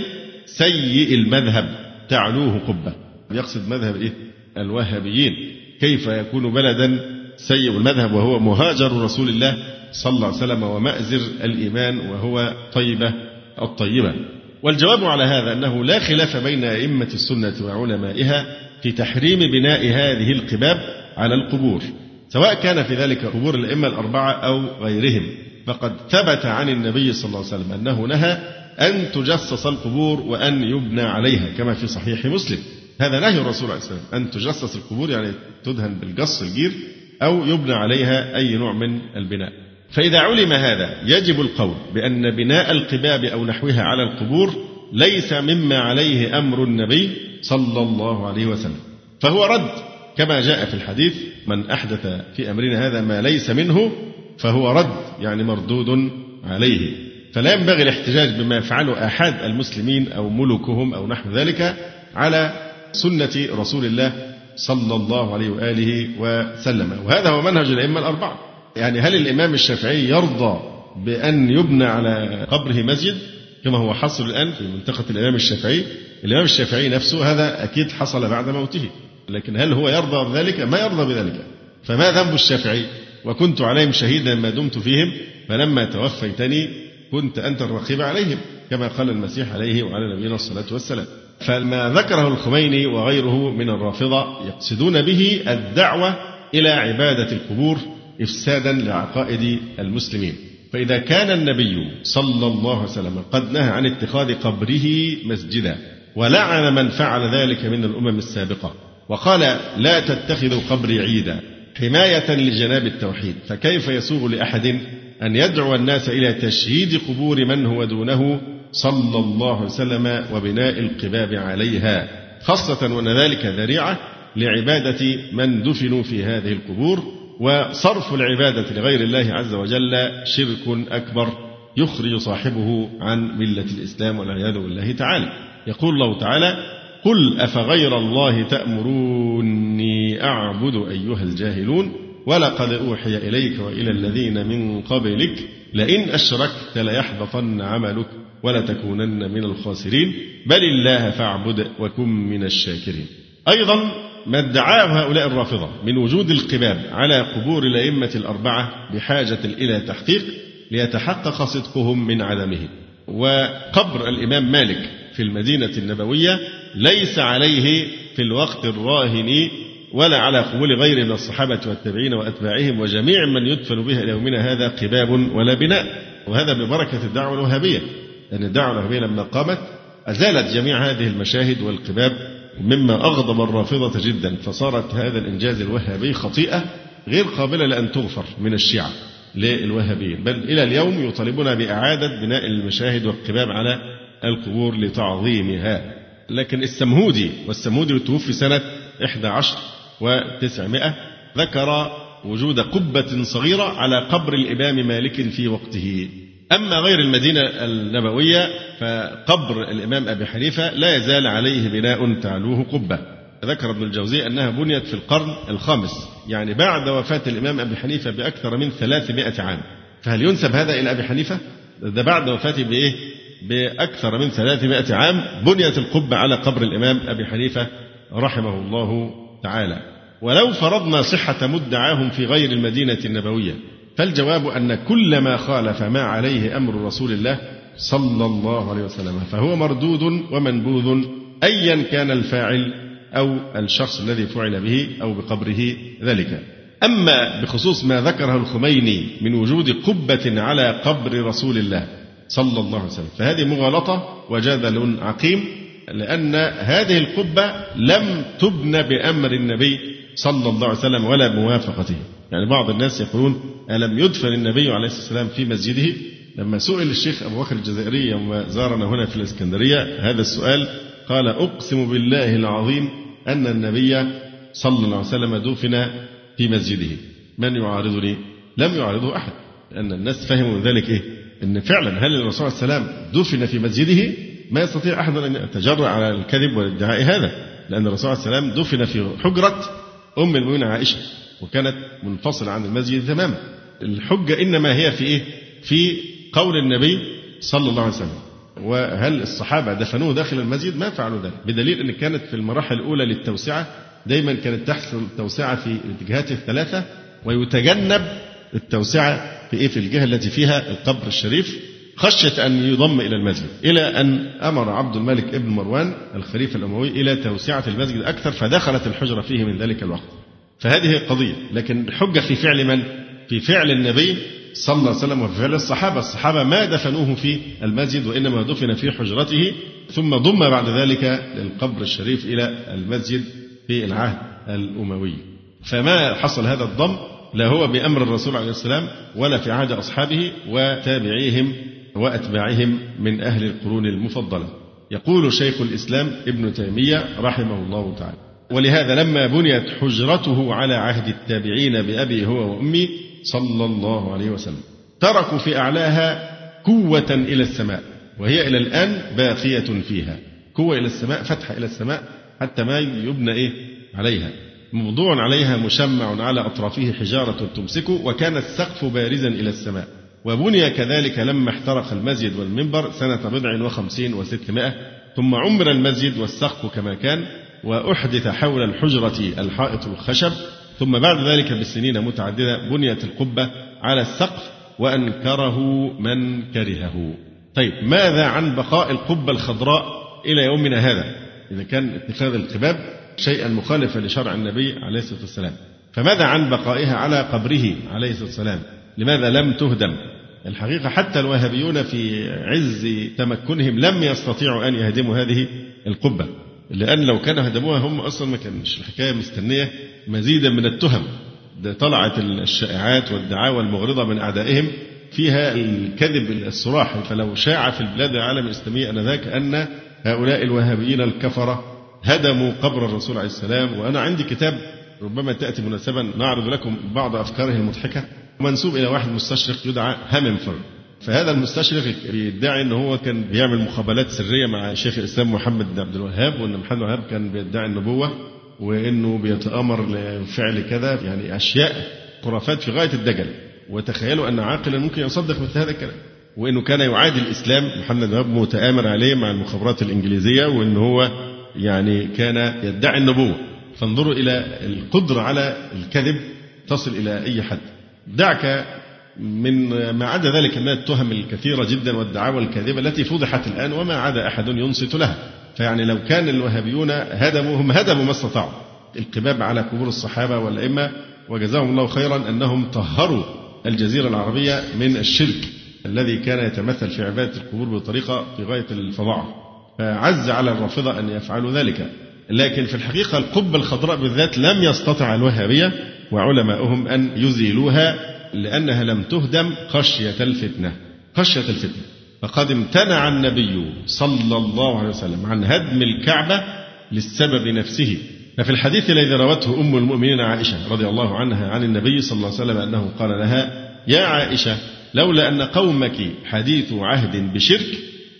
سيء المذهب تعلوه قبة. يقصد مذهب إيه؟ الوهابيين. كيف يكون بلدا سيء المذهب وهو مهاجر رسول الله صلى الله عليه وسلم ومأزر الإيمان وهو طيبة الطيبة؟ والجواب على هذا أنه لا خلاف بين أئمة السنة وعلمائها في تحريم بناء هذه القباب على القبور، سواء كان في ذلك قبور الأئمة الأربعة أو غيرهم، فقد ثبت عن النبي صلى الله عليه وسلم أنه نهى أن تجسس القبور وأن يبنى عليها كما في صحيح مسلم. هذا نهي الرسول عليه السلام، أن تجسس القبور يعني تدهن بالجص الجير أو يبنى عليها أي نوع من البناء. فإذا علم هذا يجب القول بأن بناء القباب أو نحوها على القبور ليس مما عليه أمر النبي صلى الله عليه وسلم، فهو رد كما جاء في الحديث: من أحدث في أمرنا هذا ما ليس منه فهو رد، يعني مردود عليه. فلا ينبغي الاحتجاج بما يفعله أحد المسلمين أو ملوكهم أو نحو ذلك على سنة رسول الله صلى الله عليه وآله وسلم، وهذا هو منهج الأئمة الأربعة. يعني هل الإمام الشافعي يرضى بأن يبنى على قبره مسجد كما هو حصل الآن في منطقة الإمام الشافعي؟ الإمام الشافعي نفسه هذا أكيد حصل بعد موته، لكن هل هو يرضى بذلك؟ ما يرضى بذلك. فما ذنب الشافعي؟ وكنت عليهم شهيدا ما دمت فيهم فلما توفيتني كنت أنت الرقيب عليهم، كما قال المسيح عليه وعلى نبينا الصلاة والسلام. فما ذكره الخميني وغيره من الرافضة يقصدون به الدعوة إلى عبادة القبور إفسادا لعقائد المسلمين. فإذا كان النبي صلى الله عليه وسلم قد نهى عن اتخاذ قبره مسجدا ولعن من فعل ذلك من الأمم السابقة وقال لا تتخذوا قبري عيدا حماية لجناب التوحيد، فكيف يسوغ لأحد أن يدعو الناس إلى تشييد قبور من هو دونه صلى الله عليه وسلم وبناء القباب عليها، خاصة وأن ذلك ذريعة لعبادة من دفنوا في هذه القبور، وصرف العبادة لغير الله عز وجل شرك أكبر يخرج صاحبه عن ملة الإسلام والعياذ بالله تعالى. يقول الله تعالى: قل أفغير الله تأمروني أعبد أيها الجاهلون ولقد أوحي إليك وإلى الذين من قبلك لئن أشركت ليحبطن عملك ولتكونن من الخاسرين بل الله فاعبد وكن من الشاكرين. أيضا ما ادعاه هؤلاء الرافضة من وجود القباب على قبور الأئمة الأربعة بحاجة إلى تحقيق ليتحقق صدقهم من عدمه. وقبر الإمام مالك في المدينة النبوية ليس عليه في الوقت الراهن ولا على قبول غيره من الصحابة والتابعين وأتباعهم وجميع من يدفن به إلى يومنا هذا قباب ولا بناء، وهذا ببركة الدعوة الوهابية، لأن الدعوة الوهابية لما قامت أزالت جميع هذه المشاهد والقباب مما أغضب الرافضة جدا، فصارت هذا الإنجاز الوهابي خطيئة غير قابلة لأن تغفر من الشيعة للوهابيين، بل إلى اليوم يطالبون بإعادة بناء المشاهد والقباب على القبور لتعظيمها. لكن السمهودي، والسمهودي توفي سنة إحدى عشر وتسعمائة، ذكر وجود قبة صغيرة على قبر الإمام مالك في وقته. أما غير المدينة النبوية فقبر الإمام أبي حنيفة لا يزال عليه بناء تعلوه قبة. ذكر ابن الجوزي أنها بنيت في القرن الخامس، يعني بعد وفاة الإمام أبي حنيفة بأكثر من ثلاثمائة عام. فهل ينسب هذا إلى أبي حنيفة؟ ده بعد وفاته بإيه؟ بأكثر من ثلاثمائة عام بنيت القبة على قبر الإمام أبي حنيفة رحمه الله تعالى. ولو فرضنا صحة مدعاهم في غير المدينة النبوية فالجواب أن كل ما خالف ما عليه أمر رسول الله صلى الله عليه وسلم فهو مردود ومنبوذ أيا كان الفاعل أو الشخص الذي فعل به أو بقبره ذلك. أما بخصوص ما ذكره الخميني من وجود قبة على قبر رسول الله صلى الله عليه وسلم فهذه مغالطة وجدل عقيم، لأن هذه القبة لم تبنى بأمر النبي صلى الله عليه وسلم ولا بموافقته. يعني بعض الناس يقولون ألم يدفن النبي عليه الصلاة والسلام في مسجده؟ لما سئل الشيخ أبو بكر الجزائري يوم زارنا هنا في الإسكندرية هذا السؤال قال: أقسم بالله العظيم أن النبي صلى الله عليه وسلم دفن في مسجده، من يعارضني؟ لم يعارضه أحد، لأن الناس فهموا ذلك إيه؟ أن فعلا هل الرسول صلى الله عليه وسلم دفن في مسجده؟ ما يستطيع أحد أن يتجرأ على الكذب والادعاء هذا، لأن الرسول صلى الله عليه وسلم دفن في حجرة أم المؤمنين عائشة، وكانت منفصلة عن المسجد تماما. الحجة إنما هي في إيه؟ في قول النبي صلى الله عليه وسلم. وهل الصحابة دفنوه داخل المسجد؟ ما فعلوا ذلك، بدليل أن كانت في المراحل الأولى للتوسعة دايما كانت تحصل التوسعة في الاتجاهات الثلاثة، ويتجنب التوسعة في إيه؟ في الجهة التي فيها القبر الشريف، خشية أن يضم إلى المسجد، إلى أن أمر عبد الملك ابن مروان الخليفة الأموي إلى توسعة المسجد أكثر، فدخلت الحجرة فيه من ذلك الوقت. فهذه قضية، لكن الحجة في فعل من؟ في فعل النبي صلى الله عليه وسلم وفي فعل الصحابة. الصحابة ما دفنوه في المسجد، وإنما دفن في حجرته، ثم ضم بعد ذلك للقبر الشريف إلى المسجد في العهد الأموي. فما حصل هذا الضم لا هو بأمر الرسول عليه السلام ولا في عهد أصحابه وتابعيهم وأتباعهم من أهل القرون المفضلة. يقول شيخ الإسلام ابن تيمية رحمه الله تعالى: ولهذا لما بنيت حجرته على عهد التابعين بأبي هو وأمي صلى الله عليه وسلم تركوا في أعلاها كوة إلى السماء، وهي إلى الآن باقية فيها، كوة إلى السماء، فتحة إلى السماء حتى ما يبنى إيه عليها، موضوع عليها مشمع على أطرافه حجارة تمسكه، وكان السقف بارزا إلى السماء. وبني كذلك لما احترق المسجد والمنبر سنة بضع وخمسين وستمائة، ثم عمر المسجد والسقف كما كان، وأحدث حول الحجرة الحائط الخشب، ثم بعد ذلك بالسنين متعددة بنيت القبة على السقف، وأنكره من كرهه. طيب ماذا عن بقاء القبة الخضراء إلى يومنا هذا؟ إذا كان اتخاذ القباب شيئا مخالفا لشرع النبي عليه الصلاة والسلام، فماذا عن بقائها على قبره عليه الصلاة والسلام؟ لماذا لم تهدم؟ الحقيقة حتى الوهابيون في عز تمكنهم لم يستطيعوا أن يهدموا هذه القبة، لأن لو كانوا هدموها هم أصلا ما كانش الحكاية مستنية مزيدا من التهم. ده طلعت الشائعات والدعاوى المغرضة من أعدائهم فيها الكذب الصراح، فلو شاع في البلاد العالم الإسلامية أنذاك أن هؤلاء الوهابيين الكفرة هدموا قبر الرسول عليه السلام. وأنا عندي كتاب ربما تأتي مناسبا نعرض لكم بعض أفكاره المضحكة، منسوب إلى واحد مستشرق يدعى هامنفورد. فهذا المستشرق بيدعي أنه هو كان بيعمل مخابلات سرية مع شيخ الإسلام محمد بن عبد الوهاب، وأن محمد الوهاب كان بيدعي النبوة، وأنه بيتآمر لفعل كذا، يعني أشياء خرافات في غاية الدجل. وتخيلوا أن عاقلا ممكن يصدق مثل هذا الكلام، وأنه كان يعادي الإسلام. محمد الوهاب متآمر عليه مع المخابرات الإنجليزية، وأنه هو يعني كان يدعي النبوة. فانظروا إلى القدرة على الكذب تصل إلى أي حد. دعك من ما عدا ذلك من التهم الكثيرة جدا والدعاوى الكاذبة التي فضحت الآن وما عاد أحد ينصت لها. فيعني لو كان الوهابيون هدموا، هم هدموا ما استطاعوا القباب على قبور الصحابة والأئمة، وجزاهم الله خيرا أنهم طهروا الجزيرة العربية من الشرك الذي كان يتمثل في عبادة القبور بطريقة في غاية الفظاعة، فعز على الرافضة أن يفعلوا ذلك. لكن في الحقيقة القبة الخضراء بالذات لم يستطع الوهابية وعلماؤهم أن يزيلوها، لأنها لم تهدم خشية الفتنة خشية الفتنة فقد امتنع النبي صلى الله عليه وسلم عن هدم الكعبة للسبب نفسه. ففي الحديث الذي روته أم المؤمنين عائشة رضي الله عنها عن النبي صلى الله عليه وسلم أنه قال لها: يا عائشة، لولا أن قومك حديث عهد بشرك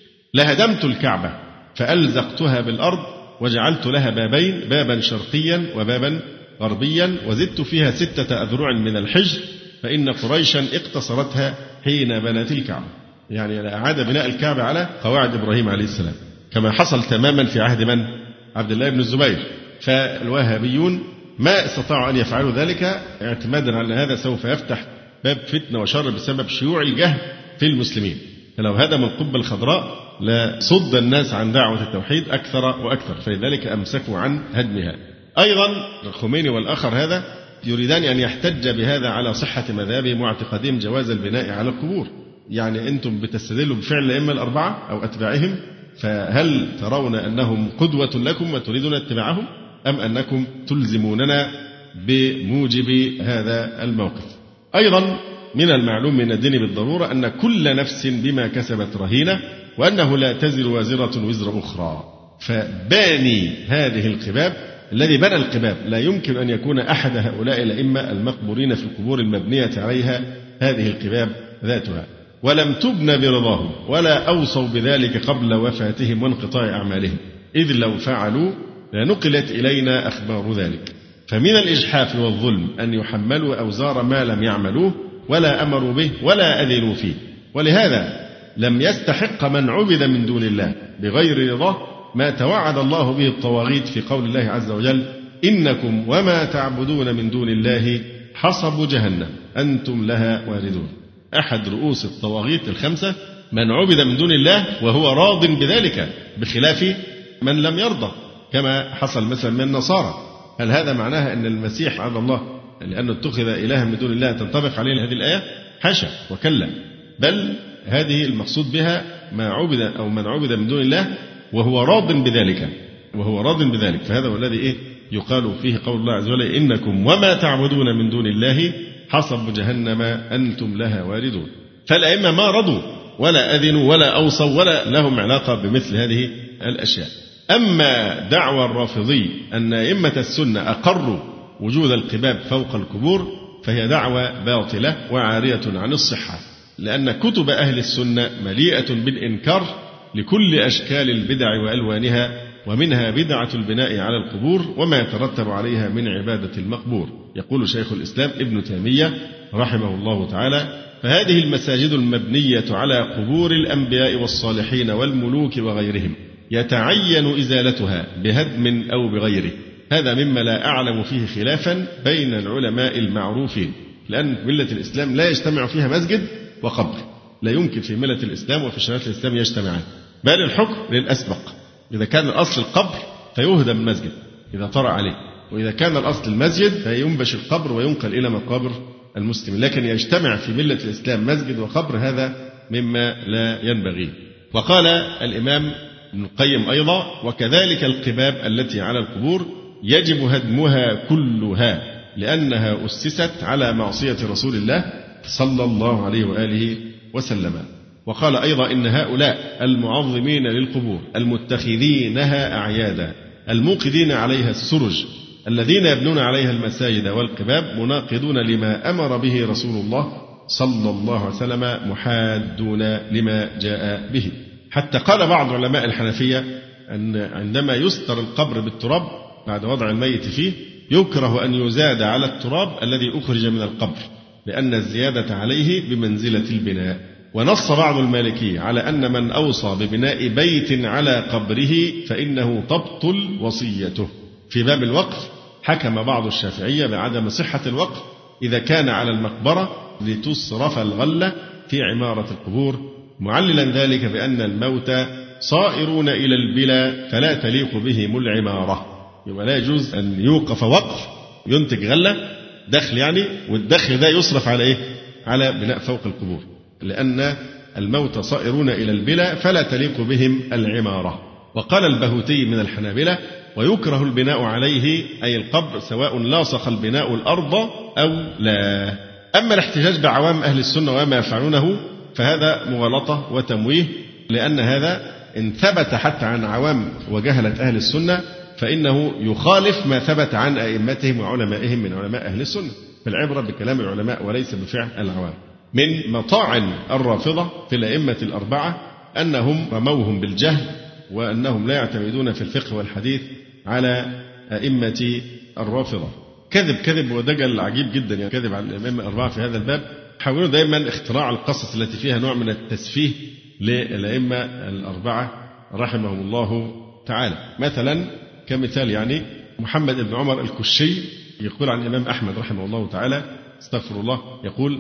لهدمت الكعبة فألزقتها بالأرض وجعلت لها بابين، بابا شرقيا وبابا غربيا، وزدت فيها ستة أذرع من الحجر، فإن قريشا اقتصرتها حين بنت الكعبة. يعني أعاد بناء الكعبة على قواعد إبراهيم عليه السلام، كما حصل تماما في عهد من؟ عبد الله بن الزبير. فالوهابيون ما استطاعوا أن يفعلوا ذلك اعتمادا على هذا سوف يفتح باب فتنة وشر بسبب شيوع الجهل في المسلمين. فلو هدموا القبة الخضراء لصد الناس عن دعوة التوحيد أكثر وأكثر، فلذلك أمسكوا عن هدمها. أيضا الخميني والآخر هذا يريدان أن يحتج بهذا على صحة مذهبهم واعتقادهم جواز البناء على القبور. يعني أنتم بتستدلوا بفعل الأئمة الأربعة أو أتباعهم، فهل ترون أنهم قدوة لكم وتريدون اتباعهم، أم أنكم تلزموننا بموجب هذا الموقف؟ أيضا من المعلوم من الدين بالضرورة أن كل نفس بما كسبت رهينة، وأنه لا تزر وازرة وزر أخرى. فباني هذه القباب، الذي بنى القباب لا يمكن أن يكون أحد هؤلاء الأئمة المقبورين في القبور المبنية عليها هذه القباب ذاتها، ولم تبن برضاهم ولا أوصوا بذلك قبل وفاتهم وانقطاع أعمالهم، إذ لو فعلوا لنقلت إلينا أخبار ذلك. فمن الإجحاف والظلم أن يحملوا أوزار ما لم يعملوه ولا أمروا به ولا أذنوا فيه. ولهذا لم يستحق من عبد من دون الله بغير رضاه ما توعد الله به الطواغيت في قول الله عز وجل: إنكم وما تعبدون من دون الله حصب جهنم أنتم لها واردون. أحد رؤوس الطواغيت الخمسة من عبد من دون الله وهو راض بذلك، بخلاف من لم يرضى كما حصل مثلا من النصارى. هل هذا معناها أن المسيح عبد الله لأنه اتخذ إلها من دون الله تنطبق عليه هذه الآية؟ حاشا وكلا، بل هذه المقصود بها ما عبد أو من عبد من دون الله وهو راض بذلك، وهو راض بذلك. فهذا هو الذي إيه يقال فيه قول الله عز وجل: إنكم وما تعبدون من دون الله حصب جهنم أنتم لها واردون. فالأئمة ما رضوا ولا أذنوا ولا أوصوا ولا لهم علاقة بمثل هذه الأشياء. أما دعوى الرافضي أن أئمة السنة أقروا وجود القباب فوق القبور فهي دعوى باطلة وعارية عن الصحة، لأن كتب أهل السنة مليئة بالإنكار لكل أشكال البدع وألوانها، ومنها بدعة البناء على القبور وما يترتب عليها من عبادة المقبور. يقول شيخ الإسلام ابن تيمية رحمه الله تعالى: فهذه المساجد المبنية على قبور الأنبياء والصالحين والملوك وغيرهم يتعين إزالتها بهدم أو بغيره. هذا مما لا أعلم فيه خلافا بين العلماء المعروفين، لأن ملة الإسلام لا يجتمع فيها مسجد وقبر، لا يمكن في ملة الإسلام وفي شريعة الإسلام يجتمعان، بل الحكم للأسبق. إذا كان الأصل القبر فيهدم المسجد إذا طرأ عليه، وإذا كان الأصل المسجد فينبش القبر وينقل إلى مقابر المسلمين. لكن يجتمع في ملة الإسلام مسجد وقبر هذا مما لا ينبغي. وقال الإمام ابن القيم أيضا: وكذلك القباب التي على القبور يجب هدمها كلها، لأنها أسست على معصية رسول الله صلى الله عليه وآله وسلم. وقال أيضا: إن هؤلاء المعظمين للقبور المتخذينها أعيادا الموقدين عليها السرج الذين يبنون عليها المساجد والقباب مناقضون لما أمر به رسول الله صلى الله عليه وسلم محادون لما جاء به. حتى قال بعض علماء الحنفية أن عندما يستر القبر بالتراب بعد وضع الميت فيه يكره أن يزاد على التراب الذي أخرج من القبر، لأن الزيادة عليه بمنزلة البناء. ونص بعض المالكية على أن من أوصى ببناء بيت على قبره فإنه تبطل وصيته. في باب الوقف حكم بعض الشافعية بعدم صحة الوقف إذا كان على المقبرة لتصرف الغلة في عمارة القبور، معللا ذلك بأن الموتى صائرون إلى البلا فلا تليق بهم العمارة. يبقى لا يجوز أن يوقف وقف ينتج غلة دخل يعني، والدخل ده يصرف على إيه؟ على بناء فوق القبور، لأن الموتى صائرون إلى البلا فلا تليق بهم العمارة. وقال البهوتي من الحنابلة: ويكره البناء عليه أي القبر سواء لاصق البناء الأرض أو لا. أما الاحتجاج بعوام أهل السنة وما يفعلونه فهذا مغالطة وتمويه، لأن هذا إن ثبت حتى عن عوام وجهلة أهل السنة فإنه يخالف ما ثبت عن أئمتهم وعلمائهم من علماء أهل السنة. فالعبرة بكلام العلماء وليس بفعل العوام. من مطاعن الرافضة في الأئمة الأربعة أنهم رموهم بالجهل، وأنهم لا يعتمدون في الفقه والحديث على أئمة الرافضة. كذب كذب ودجل عجيب جدا، يعني كذب على الأئمة الأربعة في هذا الباب. حاولوا دائما اختراع القصص التي فيها نوع من التسفيه للأئمة الأربعة رحمهم الله تعالى. مثلا كمثال يعني محمد بن عمر الكشي يقول عن الإمام أحمد رحمه الله تعالى، استغفر الله، يقول: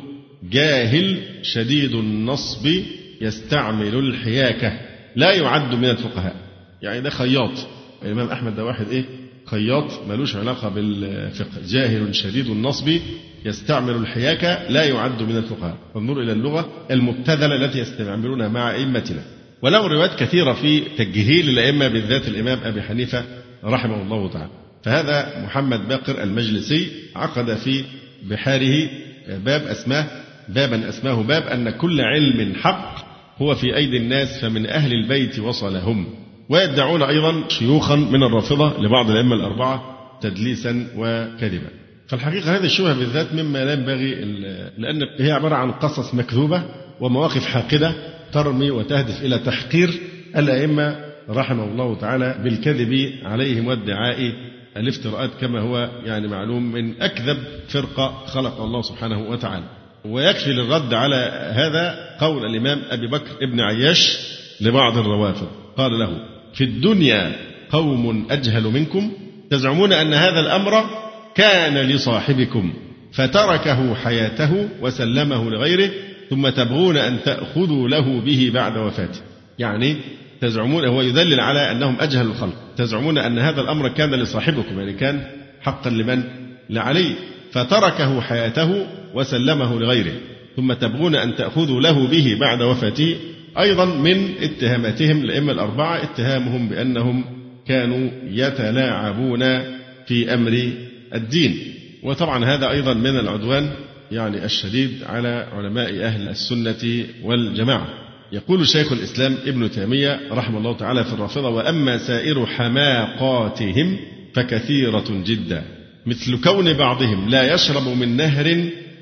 جاهل شديد النصب يستعمل الحياكة لا يعد من الفقهاء. يعني ده خياط، الإمام أحمد ده واحد إيه؟ خياط ملوش علاقة بالفقه. جاهل شديد النصب يستعمل الحياكة لا يعد من الفقهاء. فانظروا إلى اللغة المبتذلة التي يستعملونها مع أئمتنا. وله روايات كثيرة في تجهيل الأئمة، بالذات الإمام أبي حنيفة رحمه الله تعالى. فهذا محمد باقر المجلسي عقد في بحاره باب أسماه بابا أسماه باب أن كل علم حق هو في أيدي الناس فمن أهل البيت وصلهم. ويدعون أيضا شيوخا من الرافضة لبعض الأئمة الأربعة تدليسا وكذبا. فالحقيقة هذه الشبهة بالذات مما لا ينبغي، لأن هي عبارة عن قصص مكذوبة ومواقف حاقدة ترمي وتهدف إلى تحقير الأئمة رحمه الله تعالى بالكذب عليهم وادعاء الافتراءات، كما هو يعني معلوم من أكذب فرقة خلق الله سبحانه وتعالى. ويكفي للرد على هذا قول الإمام أبي بكر ابن عياش لبعض الروافض، قال له: في الدنيا قوم أجهل منكم تزعمون أن هذا الأمر كان لصاحبكم فتركه حياته وسلمه لغيره ثم تبغون أن تأخذوا له به بعد وفاته. يعني تزعمون، هو يدلل على أنهم أجهل الخلق، تزعمون أن هذا الأمر كان لصاحبكم، يعني كان حقا لمن؟ لعلي، فتركه حياته وسلمه لغيره ثم تبغون أن تأخذوا له به بعد وفاته. أيضا من اتهاماتهم الأئمة الأربعة اتهامهم بأنهم كانوا يتلاعبون في أمر الدين، وطبعا هذا أيضا من العدوان يعني الشديد على علماء أهل السنة والجماعة. يقول شيخ الإسلام ابن تيمية رحمه الله تعالى في الرافضة: وأما سائر حماقاتهم فكثيرة جدا، مثل كون بعضهم لا يشرب من نهر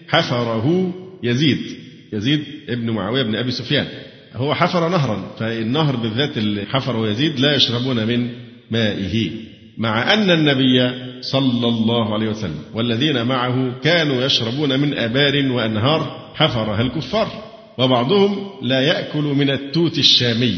حفره يزيد يزيد ابن معاوية بن أبي سفيان، هو حفر نهرا، فالنهر بالذات اللي حفره يزيد لا يشربون من مائه، مع أن النبي صلى الله عليه وسلم والذين معه كانوا يشربون من آبار وأنهار حفرها الكفار، وبعضهم لا يأكل من التوت الشامي،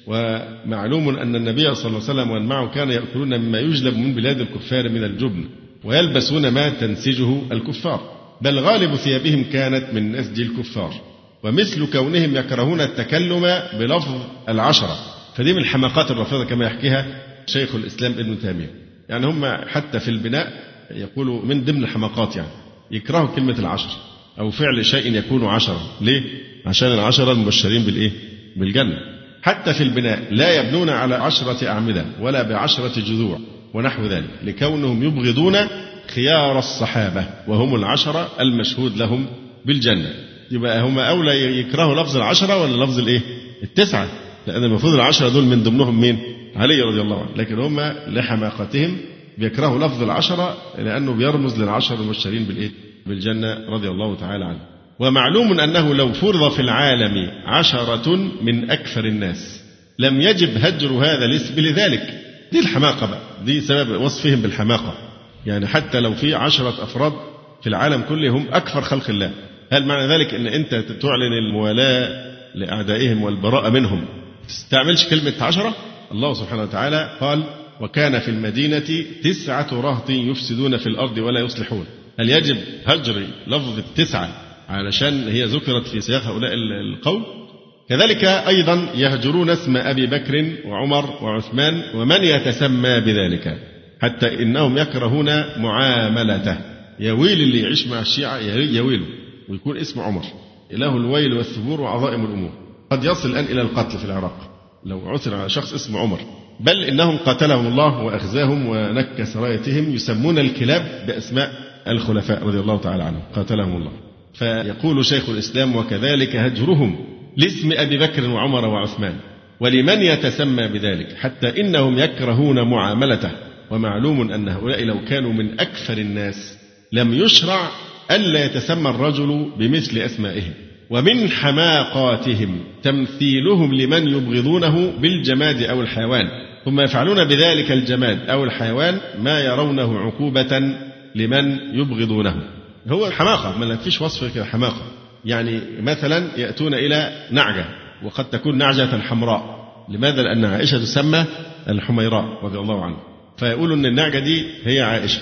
ومعلوم أن النبي صلى الله عليه وسلم ومن معه كانوا يأكلون مما يجلب من بلاد الكفار من الجبن، ويلبسون ما تنسجه الكفار، بل غالب ثيابهم كانت من نسج الكفار، ومثل كونهم يكرهون التكلم بلفظ العشرة. فدي من الحماقات الرافضة كما يحكيها شيخ الإسلام ابن تيمية. يعني هم حتى في البناء يقولوا من ضمن الحماقات يعني يكرهوا كلمة العشر أو فعل شيء يكون عشرة. ليه؟ عشان العشرة المبشرين بالإيه؟ بالجنة. حتى في البناء لا يبنون على عشرة أعمدة ولا بعشرة جذوع ونحو ذلك، لكونهم يبغضون خيار الصحابة وهم العشرة المشهود لهم بالجنة. يبقى هم أولى يكرهوا لفظ العشرة ولا لفظ الإيه؟ التسعة، لأن المفروض العشرة دول من ضمنهم مين؟ علي رضي الله عنه، لكن هم لحماقتهم بيكرهوا لفظ العشرة لأنه بيرمز للعشرة المبشرين بالإيه؟ بالجنة رضي الله تعالى عنه. ومعلوم أنه لو فرض في العالم عشرة من أكثر الناس لم يجب هجر هذا الاسم لذلك. دي الحماقة بقى، دي سبب وصفهم بالحماقة. يعني حتى لو في عشرة أفراد في العالم كله هم أكثر خلق الله، هل معنى ذلك أن أنت تعلن الموالاة لأعدائهم والبراءة منهم تستعملش كلمة عشرة؟ الله سبحانه وتعالى قال: وكان في المدينة تسعة رهط يفسدون في الأرض ولا يصلحون. هل يجب هجر لفظ التسعة علشان هي ذكرت في سياق هؤلاء القوم؟ كذلك أيضا يهجرون اسم أبي بكر وعمر وعثمان ومن يتسمى بذلك، حتى إنهم يكرهون معاملته. يا ويل اللي يعيش مع الشيعة، يا ويله ويكون اسم عمر، إله الويل والثبور وعظائم الأمور، قد يصل الآن إلى القتل في العراق لو عثر على شخص اسمه عمر. بل إنهم قتلهم الله وأخزاهم ونكس رايتهم، يسمون الكلاب بأسماء الخلفاء رضي الله تعالى عنهم قاتلهم الله. فيقول شيخ الإسلام: وكذلك هجرهم لاسم أبي بكر وعمر وعثمان ولمن يتسمى بذلك، حتى إنهم يكرهون معاملته. ومعلوم أن هؤلاء لو كانوا من أكثر الناس لم يشرع ألا يتسمى الرجل بمثل أسمائهم. ومن حماقاتهم تمثيلهم لمن يبغضونه بالجماد أو الحيوان، ثم يفعلون بذلك الجماد أو الحيوان ما يرونه عقوبة لمن يبغضونه. هو الحماقة ما فيش وصف كده حماقة. يعني مثلا يأتون إلى نعجة وقد تكون نعجة حمراء، لماذا؟ لأن عائشة تسمى الحميراء رضي الله عنها، فيقولوا أن النعجة دي هي عائشة،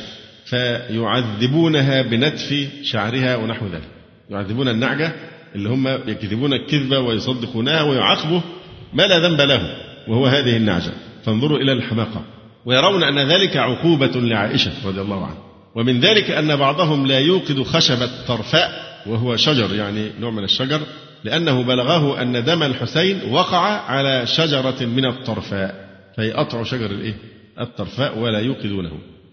فيعذبونها بنتف شعرها ونحو ذلك. يعذبون النعجة اللي هم يكذبون الكذبة ويصدقونها ويعاقبوا ما لا ذنب له وهو هذه النعجة. فانظروا إلى الحماقة، ويرون أن ذلك عقوبة لعائشة رضي الله عنها. ومن ذلك أن بعضهم لا يوقد خشب الطرفاء وهو شجر، يعني نوع من الشجر، لأنه بلغه أن دم الحسين وقع على شجرة من الطرفاء، فيقطع شجر الإيه؟ الطرفاء ولا يوقدونه.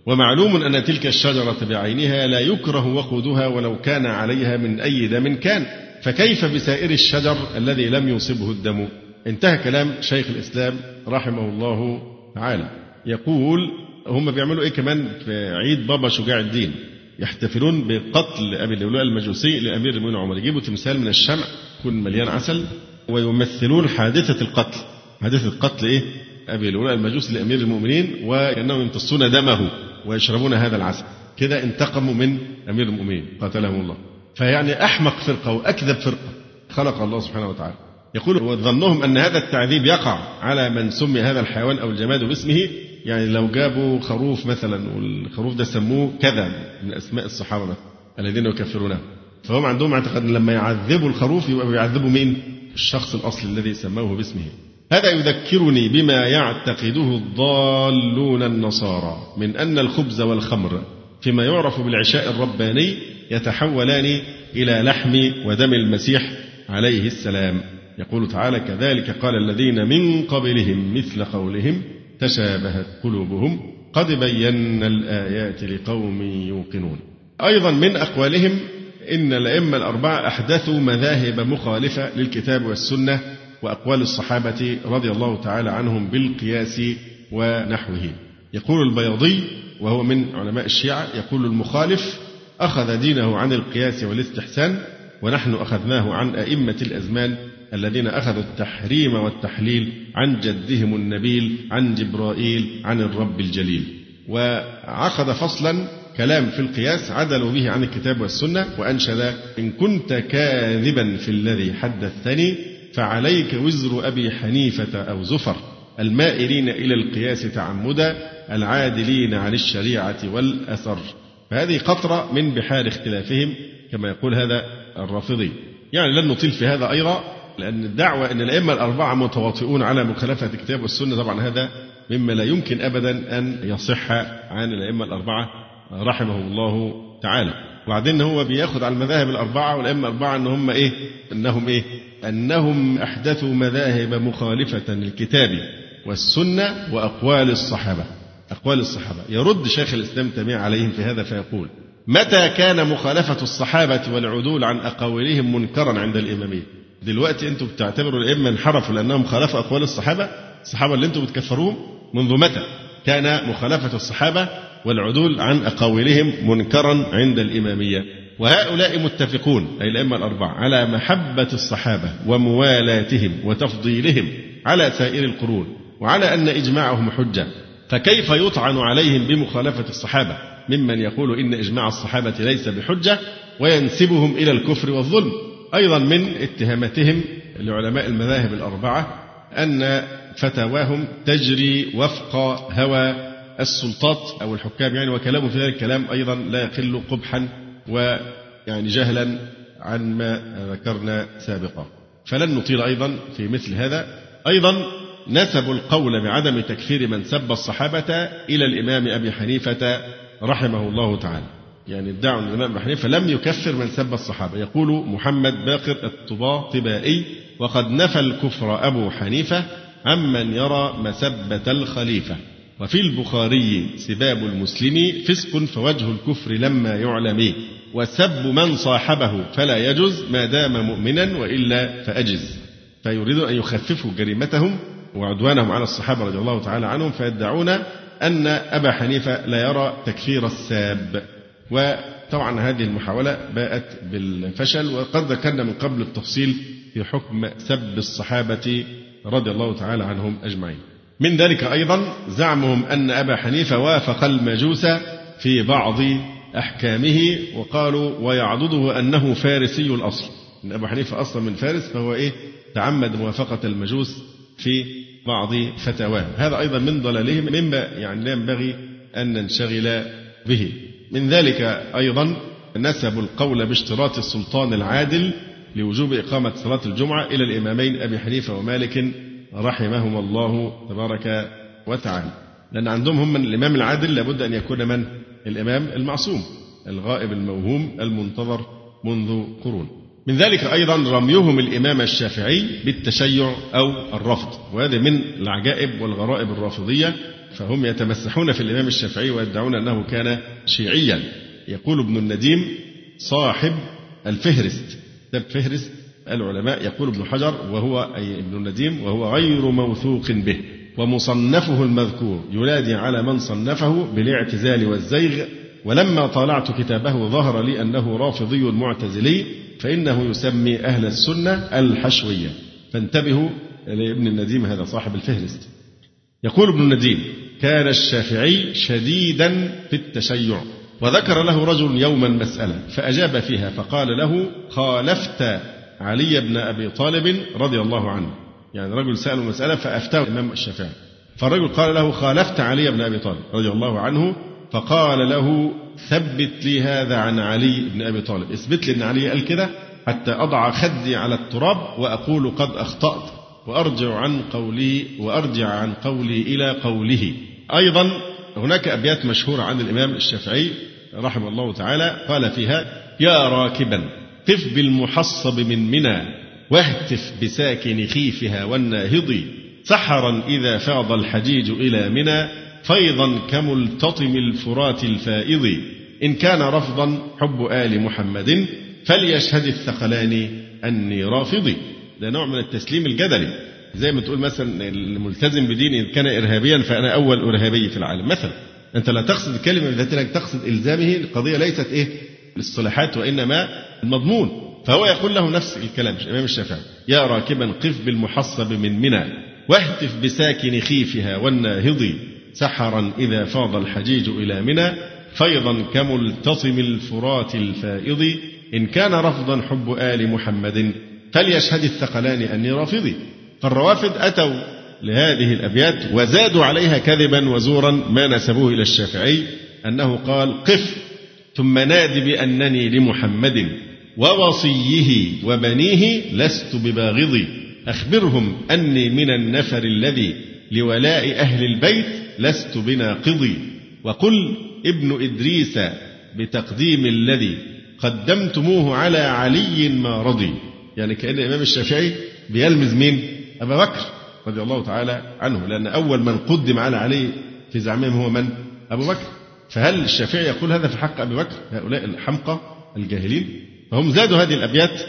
ومعلوم أن تلك الشجرة بعينها لا يكره وقودها ولو كان عليها من أي دم كان، فكيف بسائر الشجر الذي لم يصبه الدم؟ انتهى كلام شيخ الإسلام رحمه الله تعالى. يقول هم بيعملوا إيه كمان في عيد بابا شجاع الدين؟ يحتفلون بقتل أبي اللؤلؤ المجوسي لأمير المؤمنين عمر، يجيبوا تمثال من الشمع يكون مليان عسل ويمثلون حادثة القتل. حادثة قتل إيه؟ أبي اللؤلؤ المجوسي لأمير المؤمنين، وأنهم يمتصون دمه ويشربون هذا العسل. كده انتقموا من أمير المؤمنين قاتلهم الله. فيعني أحمق فرقة وأكذب فرقة خلق الله سبحانه وتعالى. يقول وظنهم أن هذا التعذيب يقع على من سمي هذا الحيوان أو الجماد باسمه، يعني لو جابوا خروف مثلا والخروف ده سموه كذا من أسماء الصحابة مثلا الذين يكفرونه، فهم عندهم اعتقاد أن لما يعذبوا الخروف يبقى بيعذبوا مين؟ الشخص الأصلي الذي سموه باسمه. هذا يذكرني بما يعتقده الضالون النصارى من أن الخبز والخمر فيما يعرف بالعشاء الرباني يتحولان إلى لحم ودم المسيح عليه السلام. يقول تعالى كذلك قال الذين من قبلهم مثل قولهم تشابهت قلوبهم قد بينا الآيات لقوم يوقنون. أيضا من أقوالهم إن الأئمة الأربعة أحدثوا مذاهب مخالفة للكتاب والسنة وأقوال الصحابة رضي الله تعالى عنهم بالقياس ونحوه. يقول البياضي وهو من علماء الشيعة يقول المخالف أخذ دينه عن القياس والاستحسان، ونحن أخذناه عن أئمة الأزمان الذين أخذوا التحريم والتحليل عن جدهم النبيل عن جبرائيل عن الرب الجليل. وعقد فصلا كلام في القياس عدلوا به عن الكتاب والسنة، وأنشد إن كنت كاذبا في الذي حدثتني فعليك وزر أبي حنيفة أو زفر المائلين إلى القياس تعمدا العادلين عن الشريعة والأثر. فهذه قطرة من بحار اختلافهم كما يقول هذا الرافضي. يعني لن نطيل في هذا أيضا، لأن الدعوة أن الأئمة الأربعة متواطئون على مخالفة الكتاب والسنة طبعا هذا مما لا يمكن أبدا أن يصح عن الأئمة الأربعة رحمه الله تعالى. وبعدين هو بياخد على المذاهب الأربعة والأئمة الأربعة أن هم إيه؟ أنهم إيه؟ أنهم أحدثوا مذاهب مخالفة للكتاب والسنة وأقوال الصحابة. أقوال الصحابة يرد شيخ الإسلام تيمية عليهم في هذا فيقول متى كان مخالفة الصحابة والعدول عن أقاويلهم منكرا عند الإمامية؟ دلوقتي أنتم بتعتبروا الأئمة انحرفوا لأنهم خالفوا أقوال الصحابة؟ الصحابة اللي أنتم بتكفروهم منذ متى كان مخالفة الصحابة والعدول عن أقاويلهم منكرا عند الإمامية؟ وهؤلاء متفقون أي الأئمة الأربعة على محبة الصحابة وموالاتهم وتفضيلهم على سائر القرون، وعلى أن إجماعهم حجة، فكيف يطعن عليهم بمخالفة الصحابة ممن يقول إن إجماع الصحابة ليس بحجة وينسبهم إلى الكفر والظلم؟ أيضا من اتهاماتهم لعلماء المذاهب الأربعة أن فتاواهم تجري وفق هوى السلطات أو الحكام يعني، وكلامه في ذلك كلام أيضا لا يقل قبحا ويعني جهلا عن ما ذكرنا سابقا، فلن نطيل أيضا في مثل هذا. أيضا نسبوا القول بعدم تكفير من سب الصحابة إلى الإمام أبي حنيفة رحمه الله تعالى، يعني ادعوا أن الإمام أبي حنيفة لم يكفر من سب الصحابة. يقول محمد باقر الطباطبائي وقد نفى الكفر أبو حنيفة عمن يرى مسبة الخليفة، وفي البخاري سباب المسلم فسق فوجه الكفر لما يعلم، وسب من صاحبه فلا يجوز ما دام مؤمنا وإلا فأجز. فيريدون أن يخففوا جريمتهم وعدوانهم على الصحابة رضي الله تعالى عنهم، فيدعون أن أبا حنيفة لا يرى تكفير الساب. وطبعا هذه المحاولة باءت بالفشل، وقد ذكرنا من قبل التفصيل في حكم سب الصحابة رضي الله تعالى عنهم أجمعين. من ذلك أيضا زعمهم أن أبا حنيفة وافق المجوس في بعض أحكامه، وقالوا ويعضده أنه فارسي الأصل، أن أبا حنيفة أصلا من فارس فهو إيه تعمد موافقة المجوس في بعض فتاواهم. هذا أيضا من ضلالهم مما يعني لا ينبغي أن ننشغل به. من ذلك أيضا نسبوا القول باشتراط السلطان العادل لوجوب إقامة صلاة الجمعة إلى الإمامين أبي حنيفة ومالك رحمهم الله تبارك وتعالى، لأن عندهم هم من الإمام العادل لابد أن يكون من الإمام المعصوم الغائب الموهوم المنتظر منذ قرون. من ذلك أيضا رميهم الإمام الشافعي بالتشيع أو الرفض، وهذا من العجائب والغرائب الرافضية فهم يتمسحون في الإمام الشافعي ويدعون أنه كان شيعيا. يقول ابن النديم صاحب الفهرست، كتاب فهرست العلماء، يقول ابن حجر وهو أي ابن النديم وهو غير موثوق به، ومصنفه المذكور ينادي على من صنفه بالاعتزال والزيغ، ولما طالعت كتابه ظهر لي أنه رافضي معتزلي، فإنه يسمي أهل السنة الحشوية. فانتبهوا لابن النديم هذا صاحب الفهرست. يقول ابن النديم كان الشافعي شديدا في التشيع، وذكر له رجل يوما مسألة فأجاب فيها فقال له خالفت علي بن أبي طالب رضي الله عنه. يعني رجل سأله مسألة فأفتاه الإمام الشافعي، فالرجل قال له خالفت علي بن أبي طالب رضي الله عنه، فقال له ثبت لي هذا عن علي بن أبي طالب، اثبت لي أن علي قال كده حتى أضع خدي على التراب وأقول قد أخطأت وأرجع عن قولي وأرجع عن قولي إلى قوله. أيضا هناك أبيات مشهورة عن الإمام الشافعي رحمه الله تعالى قال فيها يا راكبا قف بالمحصب من منى واهتف بساكن خيفها والناهض، سحرا إذا فاض الحجيج إلى منى فيضا كملتطم الفرات الفائض، إن كان رفضا حب آل محمد فليشهد الثقلان أني رافضي. ده نوع من التسليم الجدلي، زي ما تقول مثلا الملتزم بديني كان إرهابيا فأنا أول إرهابي في العالم مثلا. أنت لا تقصد الكلمة بذاتها، تقصد إلزامه. القضية ليست إيه الاصطلاحات وإنما المضمون. فهو يقول له نفس الكلام الإمام الشافعي يا راكبا قف بالمحصب من منى واهتف بساكن خيفها والناهض، سحرا إذا فاض الحجيج إلى منى فيضا كملتطم الفرات الفائض، إن كان رفضا حب آل محمد فليشهد الثقلان أني رافضي. فالروافض أتوا لهذه الأبيات وزادوا عليها كذبا وزورا ما نسبوه إلى الشافعي أنه قال قف ثم نادي بأنني لمحمد ووصيه وبنيه لست بباغضي، أخبرهم أني من النفر الذي لولاء أهل البيت لست بناقضي، وقل ابن إدريس بتقديم الذي قدمتموه على علي ما رضي. يعني كأن الإمام الشافعي بيلمز مين؟ أبا بكر رضي الله تعالى عنه، لأن أول من قدم على علي في زعمهم هو من؟ أبو بكر. فهل الشافعي يقول هذا في حق أبي بكر؟ هؤلاء الحمقى الجاهلين. فهم زادوا هذه الأبيات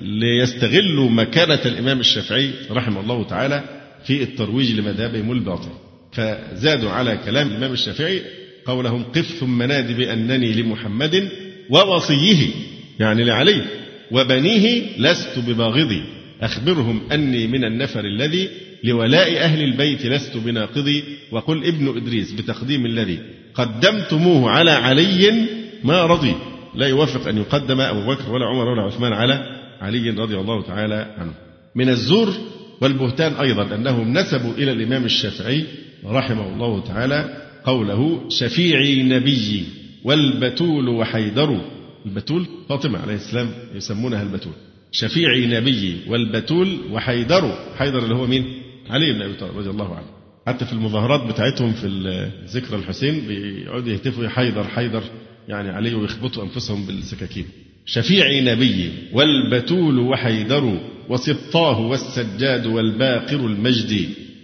ليستغلوا مكانة الإمام الشافعي رحمه الله تعالى في الترويج لمذهبهم الباطل، فزادوا على كلام الإمام الشافعي قولهم قف ثم نادي بأنني لمحمد ووصيه يعني لعلي وبنيه لست بباغضي، أخبرهم أني من النفر الذي لولاء أهل البيت لست بناقضي، وقل ابن إدريس بتقديم الذي قدمتموه على علي ما رضي. لا يوافق أن يقدم أبو بكر ولا عمر ولا عثمان على علي رضي الله تعالى عنه. من الزور والبهتان أيضا أنهم نسبوا إلى الإمام الشافعي رحمه الله تعالى قوله شفيعي نبيي والبتول وحيدر. البتول فاطمة عليه السلام يسمونها البتول. شفيعي نبيي والبتول وحيدر. حيدر اللي هو مين؟ علي بن أبي طالب رضي الله عنه. حتى في المظاهرات بتاعتهم في ذكرى الحسين بيقعدوا يهتفوا حيدر حيدر يعني علي ويخبطوا أنفسهم بالسكاكين. شفيعي نبيي والبتول وحيدر وسبطاه والسجاد والباقر المجدي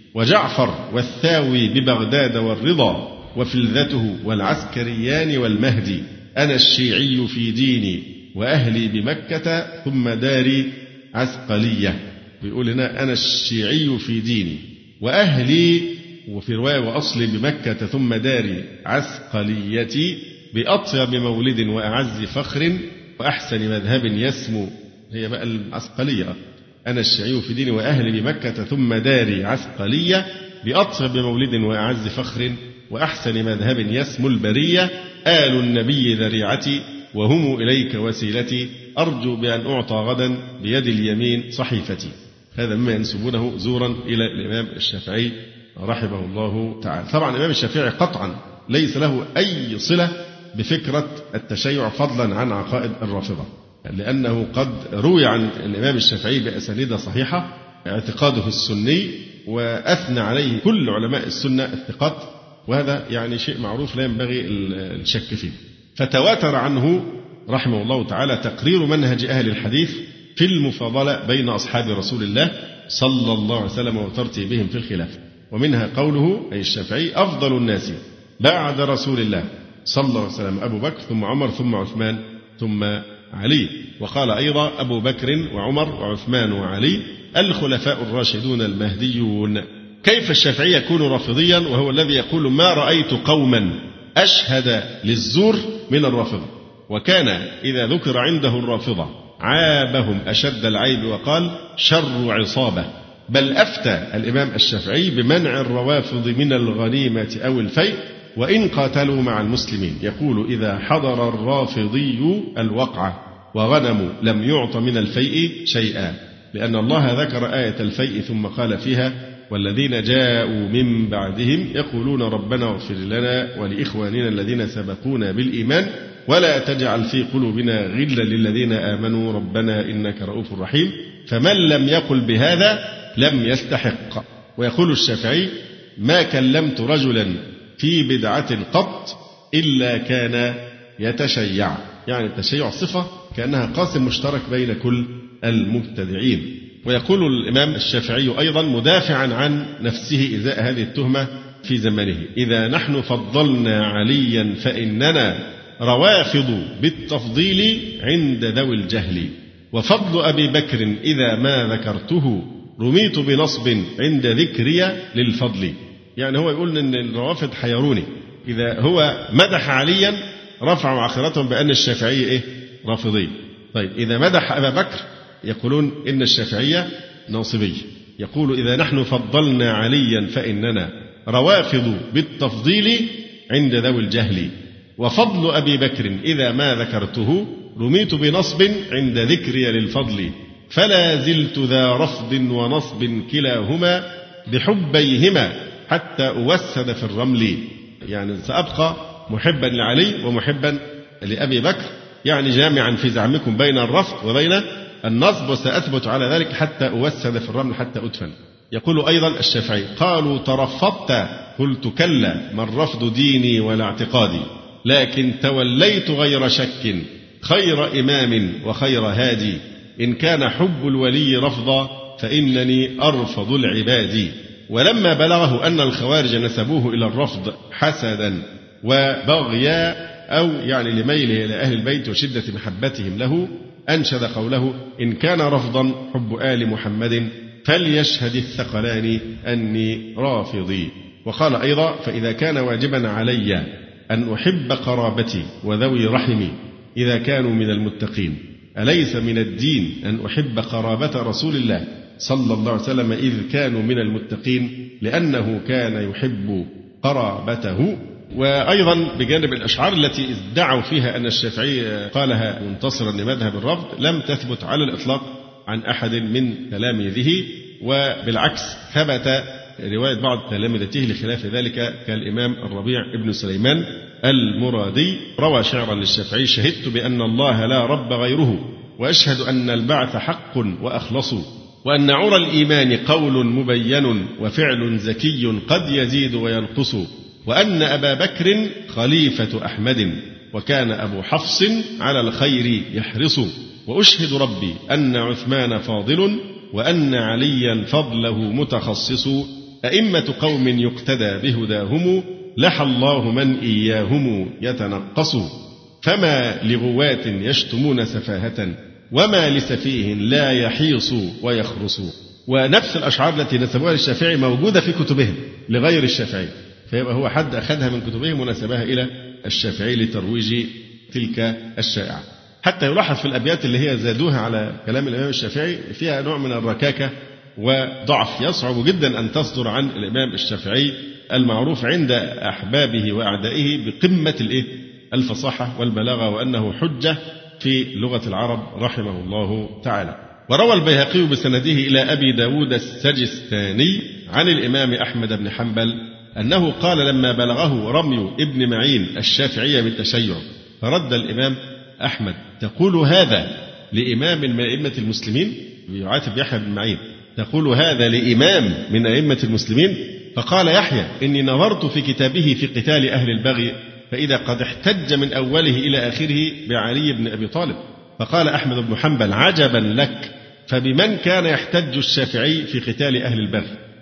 وجعفر والثاوي ببغداد والرضا وفلذته والعسكريان والمهدي، أنا الشيعي في ديني وأهلي بمكة ثم داري عسقلية. بيقول هنا أنا الشيعي في ديني وأهلي، وفي رواية وأصلي بمكة ثم داري عسقليتي، بأطيب مولد وأعز فخر وأحسن مذهب يسمو. هي بقى العسقلية. أنا الشيعي في ديني وأهلي بمكة ثم داري عسقلية، بأطيب مولد وأعز فخر وأحسن مذهب يسمو البرية، آل النبي ذريعتي وهم إليك وسيلتي، أرجو بأن أعطى غدا بيد اليمين صحيفتي. هذا مما ينسبونه زورا إلى الإمام الشافعي رحمه الله تعالى. طبعا الإمام الشافعي قطعا ليس له أي صلة بفكرة التشيع فضلا عن عقائد الرافضة، لأنه قد روي عن الإمام الشافعي بأسانيد صحيحة اعتقاده السني، وأثنى عليه كل علماء السنة الثقات، وهذا يعني شيء معروف لا ينبغي الشك فيه. فتواتر عنه رحمه الله تعالى تقرير منهج أهل الحديث في المفاضلة بين أصحاب رسول الله صلى الله عليه وسلم وترتيبهم في الخلافة. ومنها قوله أي الشافعي أفضل الناس بعد رسول الله صلى الله عليه وسلم أبو بكر ثم عمر ثم عثمان ثم علي. وقال أيضا أبو بكر وعمر وعثمان وعلي الخلفاء الراشدون المهديون. كيف الشافعي يكون رافضيا وهو الذي يقول ما رأيت قوما أشهد للزور من الرافضة؟ وكان إذا ذكر عنده الرافضة عابهم أشد العيب وقال شر عصابة. بل أفتى الإمام الشافعي بمنع الروافض من الغنيمة أو الفيء وإن قاتلوا مع المسلمين. يقول إذا حضر الرافضي الوقعة وغنموا لم يعط من الفيء شيئا، لأن الله ذكر آية الفيء ثم قال فيها والذين جاءوا من بعدهم يقولون ربنا اغفر لنا ولإخواننا الذين سبقونا بالإيمان ولا تجعل في قلوبنا غلا للذين آمنوا ربنا إنك رؤوف رحيم. فمن لم يقل بهذا لم يستحق. ويقول الشافعي ما كلمت رجلا في بدعة قط إلا كان يتشيع، يعني التشيع صفة كأنها قاسم مشترك بين كل المبتدعين. ويقول الإمام الشافعي أيضا مدافعا عن نفسه إزاء هذه التهمة في زمانه إذا نحن فضلنا عليا فإننا روافض بالتفضيل عند ذوي الجهل، وفضل أبي بكر إذا ما ذكرته رميت بنصب عند ذكري للفضل. يعني هو يقول إن الروافض حيروني، إذا هو مدح عليا رفعوا عاقرتهم بأن الشافعي إيه رافضي. طيب إذا مدح أبا بكر يقولون إن الشافعية ناصبي. يقول إذا نحن فضلنا عليا فإننا روافض بالتفضيل عند ذوي الجهل، وفضل أبي بكر إذا ما ذكرته رميت بنصب عند ذكري للفضل، فلا زلت ذا رفض ونصب كلاهما بحبيهما حتى أوسد في الرمل. يعني سأبقى محبا لعلي ومحبا لأبي بكر، يعني جامعا في زعمكم بين الرفض وبين النصب، وسأثبت على ذلك حتى أوسد في الرمل حتى أدفن. يقول أيضا الشافعي قالوا ترفضت قلت كلا ما الرفض ديني ولا اعتقادي، لكن توليت غير شك خير إمام وخير هادي، إن كان حب الولي رفضا فإنني أرفض العباد. ولما بلغه أن الخوارج نسبوه إلى الرفض حسدا وبغيا أو يعني لميله إلى أهل البيت وشدة محبتهم له أنشد قوله إن كان رفضا حب آل محمد فليشهد الثقلان أني رافضي. وقال أيضا فإذا كان واجبا علي أن أحب قرابتي وذوي رحمي إذا كانوا من المتقين، أليس من الدين أن أحب قرابة رسول الله صلى الله عليه وسلم إذ كانوا من المتقين لأنه كان يحب قرابته. وأيضا بجانب الأشعار التي ادعوا فيها أن الشافعي قالها منتصرا لمذهب الرفض لم تثبت على الإطلاق عن أحد من تلاميذه، وبالعكس ثبت رواية بعض تلامذته لخلاف ذلك كالإمام الربيع ابن سليمان المرادي روى شعرا للشافعي شهدت بأن الله لا رب غيره وأشهد أن البعث حق وأخلص، وأن عرى الإيمان قول مبين وفعل زكي قد يزيد وينقص، وأن أبا بكر خليفة أحمد وكان أبو حفص على الخير يحرص، وأشهد ربي أن عثمان فاضل وأن عليا فضله متخصص، أئمة قوم يقتدى بهداهم لحى الله من إياهم يتنقص، فما لغوات يشتمون سفاهة وما لسفيه لا يحيص ويخرص. ونفس الأشعار التي نسبوها للشافعي موجودة في كتبهم لغير الشافعي، فيبقى هو حد أخذها من كتبهم ونسبها إلى الشافعي لترويج تلك الشائعة. حتى يلاحظ في الأبيات اللي هي زادوها على كلام الإمام الشافعي فيها نوع من الركاكة وضعف يصعب جدا أن تصدر عن الإمام الشافعي المعروف عند أحبابه وأعدائه بقمة الإيه الفصاحة والبلاغة، وأنه حجة في لغة العرب رحمه الله تعالى. وروى البيهقي بسنده إلى أبي داود السجستاني عن الإمام أحمد بن حنبل أنه قال لما بلغه رمي ابن معين الشافعية بالتشيع فرد الإمام أحمد تقول هذا لإمام من أئمة المسلمين، يعاتب يحيى بن معين تقول هذا لإمام من أئمة المسلمين؟ فقال يحيى إني نظرت في كتابه في قتال أهل البغي فإذا قد احتج من أوله إلى آخره بعلي بن أبي طالب. فقال أحمد بن حنبل عجبا لك، فبمن كان يحتج الشافعي في قتال أهل البغي؟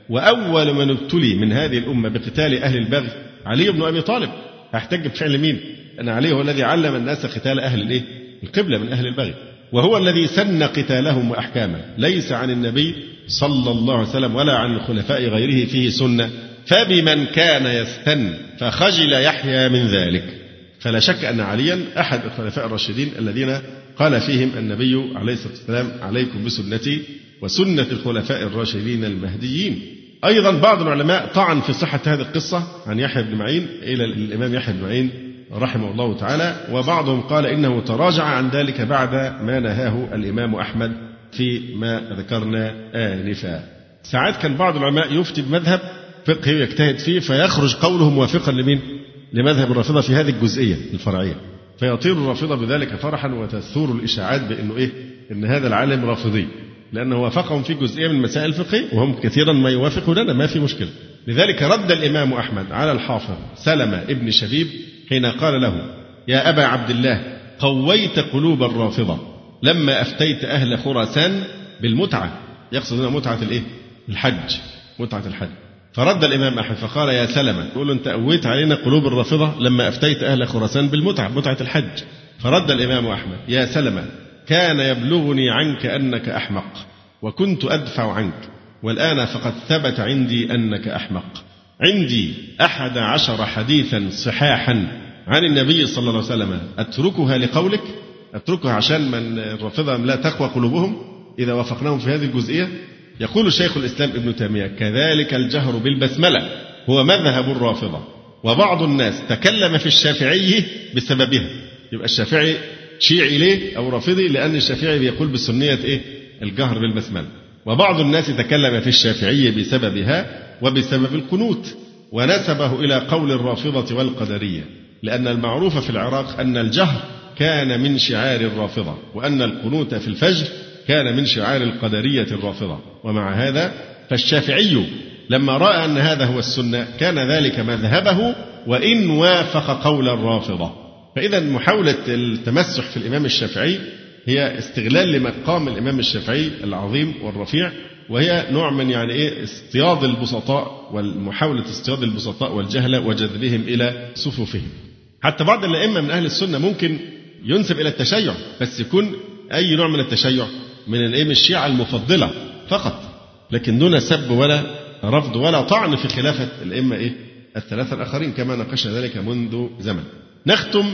وأول من ابتلي من هذه الأمة بقتال أهل البغي علي بن أبي طالب. هيحتج بفعل مين؟ أن علي هو الذي علم الناس قتال أهل الإيه؟ القبلة من أهل البغي، وهو الذي سن قتالهم وأحكامه، ليس عن النبي صلى الله عليه وسلم ولا عن الخلفاء غيره فيه سنة، فبمن كان يستن فخجل يحيى من ذلك. فلا شك أن عليا أحد الخلفاء الراشدين الذين قال فيهم النبي عليه الصلاة والسلام: عليكم بسنتي وسنة الخلفاء الراشدين المهديين. أيضا بعض العلماء طعن في صحة هذه القصة عن يحيى بن معين إلى الإمام يحيى بن معين رحمه الله تعالى، وبعضهم قال إنه تراجع عن ذلك بعد ما نهاه الإمام أحمد فيما ذكرنا آنفا. ساعات كان بعض العلماء يفتي بمذهب فقهي يجتهد فيه فيخرج قوله موافقا لمين؟ لمذهب الرافضة في هذه الجزئية الفرعية، فيطير الرافضة بذلك فرحا وتثور الإشاعات بأنه إيه؟ إن هذا العالم رافضي، لأنه وافقهم في جزئية من مسائل الفقه وهم كثيرا ما يوافقوا لنا، ما في مشكلة. لذلك رد الإمام أحمد على الحافظ سلمة ابن شبيب حين قال له: يا أبا عبد الله، قويت قلوب الرافضة لما أفتيت أهل خراسان بالمتعة، يقصد هنا متعة الإيه؟ الحج، متعة الحج. فرد الإمام أحمد فقال: يا سلمة، يقول أنت قويت علينا قلوب الرافضة لما أفتيت أهل خراسان بالمتعة، متعة الحج. فرد الإمام أحمد: يا سلمة، كان يبلغني عنك أنك أحمق وكنت أدفع عنك، والآن فقد ثبت عندي أنك أحمق. عندي أحد عشر حديثا صحاحا عن النبي صلى الله عليه وسلم، أتركها لقولك؟ أتركها عشان من الرافضة لا تقوى قلوبهم إذا وافقناهم في هذه الجزئية؟ يقول شيخ الإسلام ابن تيمية: كذلك الجهر بالبسملة هو مذهب الرافضة، وبعض الناس تكلم في الشافعي بسببها. يبقى الشافعي شيعي ليه أو رافضي؟ لأن الشافعي بيقول بسنية إيه؟ الجهر بالبسملة. وبعض الناس تكلم في الشافعي بسببها وبسبب القنوت، ونسبه إلى قول الرافضة والقدرية، لأن المعروف في العراق أن الجهر كان من شعار الرافضة، وأن القنوت في الفجر كان من شعار القدرية الرافضة. ومع هذا فالشافعي لما رأى أن هذا هو السنة كان ذلك مذهبه وإن وافق قول الرافضة. فإذا محاولة التمسح في الإمام الشافعي هي استغلال لمقام الإمام الشافعي العظيم والرفيع، وهي نوع من يعني إيه اصطياد البسطاء والمحاولة اصطياد البسطاء والجهلة وجذبهم إلى صفوفهم. حتى بعض الأئمة من أهل السنة ممكن ينسب إلى التشيع، بس يكون أي نوع من التشيع من الإيه الشيعة المفضلة فقط، لكن دون سب ولا رفض ولا طعن في خلافة الأئمة إيه الثلاثة الآخرين كما ناقشنا ذلك منذ زمن. نختم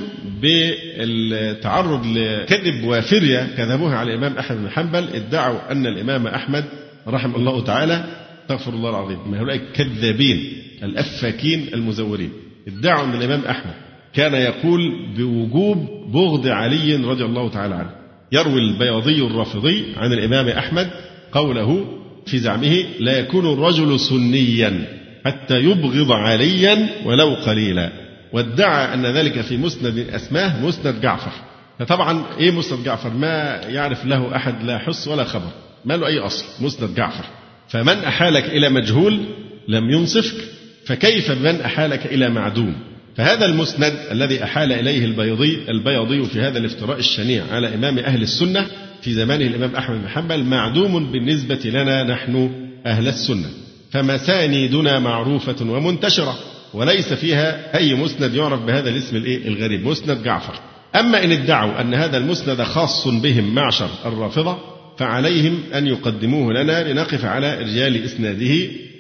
بالتعرض لكذب وافرية كذبوها على الإمام أحمد بن حنبل. ادعوا أن الإمام أحمد رحمه الله تعالى، استغفر الله العظيم، من هؤلاء الكذابين الأفاكين المزورين، ادعوا أن الإمام أحمد كان يقول بوجوب بغض علي رضي الله تعالى عنه. يروي البياضي الرافضي عن الإمام أحمد قوله في زعمه: لا يكون الرجل سنيا حتى يبغض عليا ولو قليلا. وادعى أن ذلك في مسند أسماه مسند جعفر. فطبعا إيه مسند جعفر؟ ما يعرف له أحد لا حس ولا خبر، ما له أي أصل مسند جعفر. فمن أحالك إلى مجهول لم ينصفك، فكيف بمن أحالك إلى معدوم؟ فهذا المسند الذي أحال إليه البياضي البياضي في هذا الافتراء الشنيع على إمام أهل السنة في زمانه الإمام أحمد بن حنبل معدوم بالنسبة لنا نحن أهل السنة. فمسانيدنا معروفة ومنتشرة وليس فيها أي مسند يعرف بهذا الاسم الغريب مسند جعفر. أما إن ادعوا أن هذا المسند خاص بهم معشر الرافضة فعليهم أن يقدموه لنا لنقف على رجال إسناده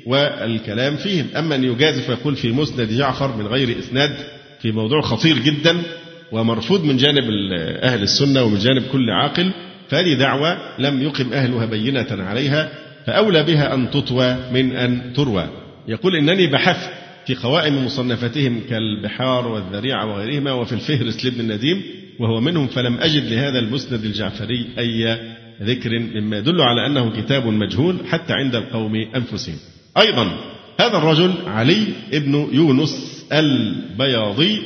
والكلام فيهم. أما أن يجازف ويقول في مسند جعفر من غير إسناد في موضوع خطير جدا ومرفوض من جانب أهل السنة ومن جانب كل عاقل، فهذه دعوة لم يقم أهلها بينة عليها، فأولى بها أن تطوى من أن تروى. يقول إنني بحثت في قوائم مصنفتهم كالبحار والذريعة وغيرهما وفي الفهرس لابن النديم وهو منهم، فلم أجد لهذا المسند الجعفري أي ذكر مما يدل على أنه كتاب مجهول حتى عند القوم أنفسهم. أيضا هذا الرجل علي ابن يونس البياضي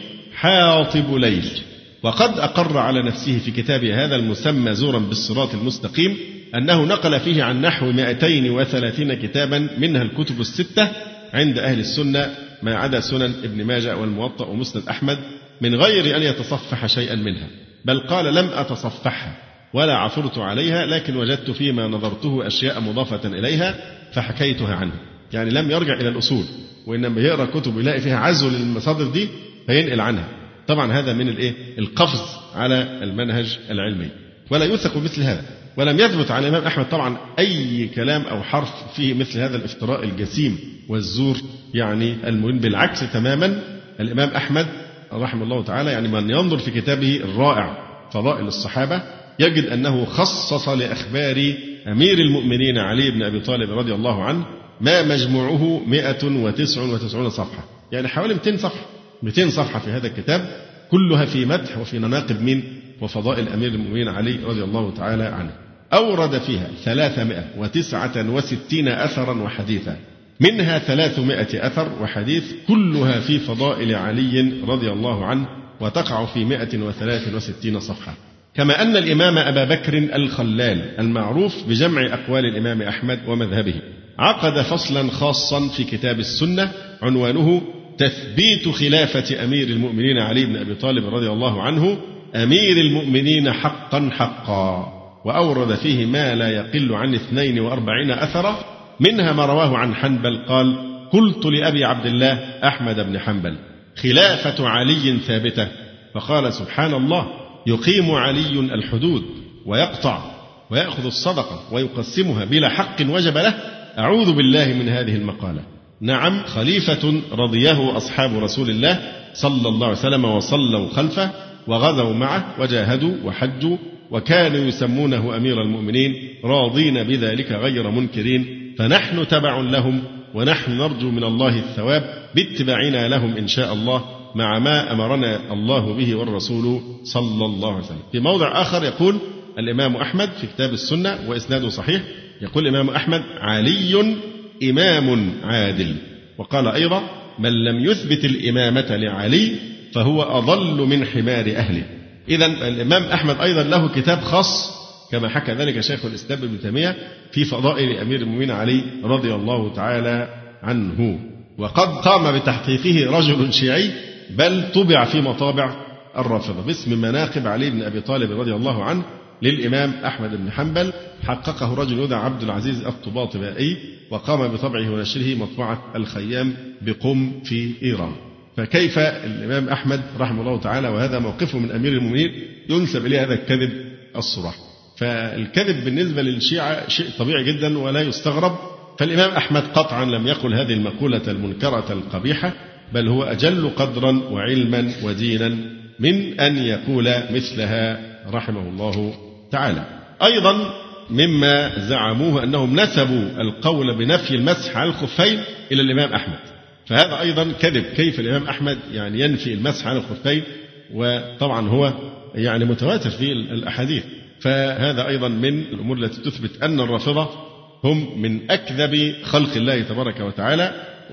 حاطب ليل، وقد أقر على نفسه في كتابه هذا المسمى زورا بالصراط المستقيم أنه نقل فيه عن نحو مئتين وثلاثين كتابا منها الكتب الستة عند أهل السنة ما عدا سنن ابن ماجه والموطأ ومسند أحمد من غير أن يتصفح شيئا منها، بل قال لم أتصفحها ولا عثرت عليها، لكن وجدت فيما نظرته أشياء مضافة إليها فحكيتها عنه. يعني لم يرجع إلى الأصول، وإنما يقرأ كتب يلاقي فيها عزو للمصادر دي فينقل عنها. طبعا هذا من الإيه؟ القفز على المنهج العلمي، ولا يوثق مثل هذا. ولم يثبت على الإمام أحمد طبعا أي كلام أو حرف فيه مثل هذا الافتراء الجسيم والزور يعني المهم. بالعكس تماما، الإمام أحمد رحمه الله تعالى يعني من ينظر في كتابه الرائع فضائل الصحابة يجد أنه خصص لأخبار أمير المؤمنين علي بن أبي طالب رضي الله عنه ما مجموعه مئة وتسعة وتسعين صفحة، يعني حوالي مئتين صفحة مئتين صفحة في هذا الكتاب، كلها في مدح وفي مناقب من وفضائل أمير المؤمنين علي رضي الله تعالى عنه. أورد فيها ثلاثمائة وتسعة وستين أثرا وحديثا، منها ثلاثمائة أثر وحديث كلها في فضائل علي رضي الله عنه، وتقع في مئة وثلاث وستين صفحة. كما أن الإمام أبا بكر الخلال المعروف بجمع أقوال الإمام أحمد ومذهبه عقد فصلا خاصا في كتاب السنة عنوانه تثبيت خلافة أمير المؤمنين علي بن أبي طالب رضي الله عنه أمير المؤمنين حقا حقا، وأورد فيه ما لا يقل عن اثنين وأربعين أثرا، منها ما رواه عن حنبل قال: قلت لأبي عبد الله أحمد بن حنبل: خلافة علي ثابتة، فقال: سبحان الله، يقيم علي الحدود ويقطع ويأخذ الصدقة ويقسمها بلا حق وجب له، أعوذ بالله من هذه المقالة. نعم، خليفة رضيه أصحاب رسول الله صلى الله عليه وسلم وصلوا خلفه وغزوا معه وجاهدوا وحجوا، وكانوا يسمونه أمير المؤمنين راضين بذلك غير منكرين، فنحن تبع لهم، ونحن نرجو من الله الثواب باتباعنا لهم إن شاء الله، مع ما أمرنا الله به والرسول صلى الله عليه وسلم. في موضع آخر يقول الإمام أحمد في كتاب السنة وإسناده صحيح، يقول الإمام أحمد: علي إمام عادل. وقال أيضا: من لم يثبت الإمامة لعلي فهو أضل من حمار أهله. إذن الإمام أحمد أيضا له كتاب خاص كما حكى ذلك شيخ الإسلام ابن تيمية في فضائل أمير المؤمنين علي رضي الله تعالى عنه، وقد قام بتحقيقه رجل شيعي، بل طبع في مطابع الرافضة باسم مناقب علي بن أبي طالب رضي الله عنه للإمام أحمد بن حنبل، حققه رجل يدعى عبد العزيز الطباطبائي، وقام بطبعه ونشره مطبعة الخيام بقم في إيران. فكيف الإمام أحمد رحمه الله تعالى وهذا موقفه من أمير المؤمنين ينسب إليه هذا الكذب الصراح؟ فالكذب بالنسبة للشيعة شيء طبيعي جدا ولا يستغرب. فالإمام أحمد قطعا لم يقل هذه المقولة المنكرة القبيحة، بل هو أجل قدرا وعلما ودينا من أن يقول مثلها رحمه الله تعالى. أيضا مما زعموه أنهم نسبوا القول بنفي المسح على الخفين إلى الإمام أحمد، فهذا أيضا كذب. كيف الإمام أحمد يعني ينفي المسح على الخفين؟ وطبعا هو يعني متواتر في الأحاديث. فهذا أيضا من الأمور التي تثبت أن الرافضة هم من أكذب خلق الله تبارك وتعالى،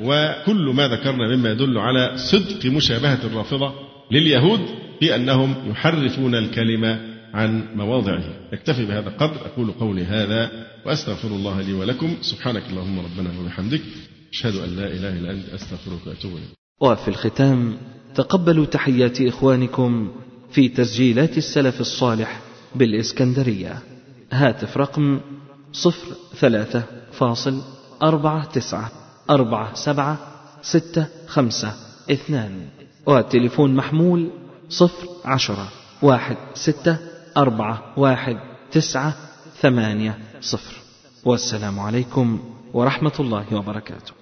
وكل ما ذكرنا مما يدل على صدق مشابهة الرافضة لليهود بأنهم يحرفون الكلمة عن مواضعه. اكتفي بهذا القدر، أقول قولي هذا وأستغفر الله لي ولكم. سبحانك اللهم ربنا وبحمدك، أشهد أن لا إله إلا أنت، أستغفرك وأتوب إليك. وفي الختام تقبلوا تحيات إخوانكم في تسجيلات السلف الصالح بالإسكندرية. هاتف رقم صفر ثلاثة فاصل أربعة تسعة أربعة سبعة ستة خمسة اثنان، والتليفون محمول صفر عشرة واحد ستة أربعة واحد تسعة ثمانية صفر. والسلام عليكم ورحمة الله وبركاته.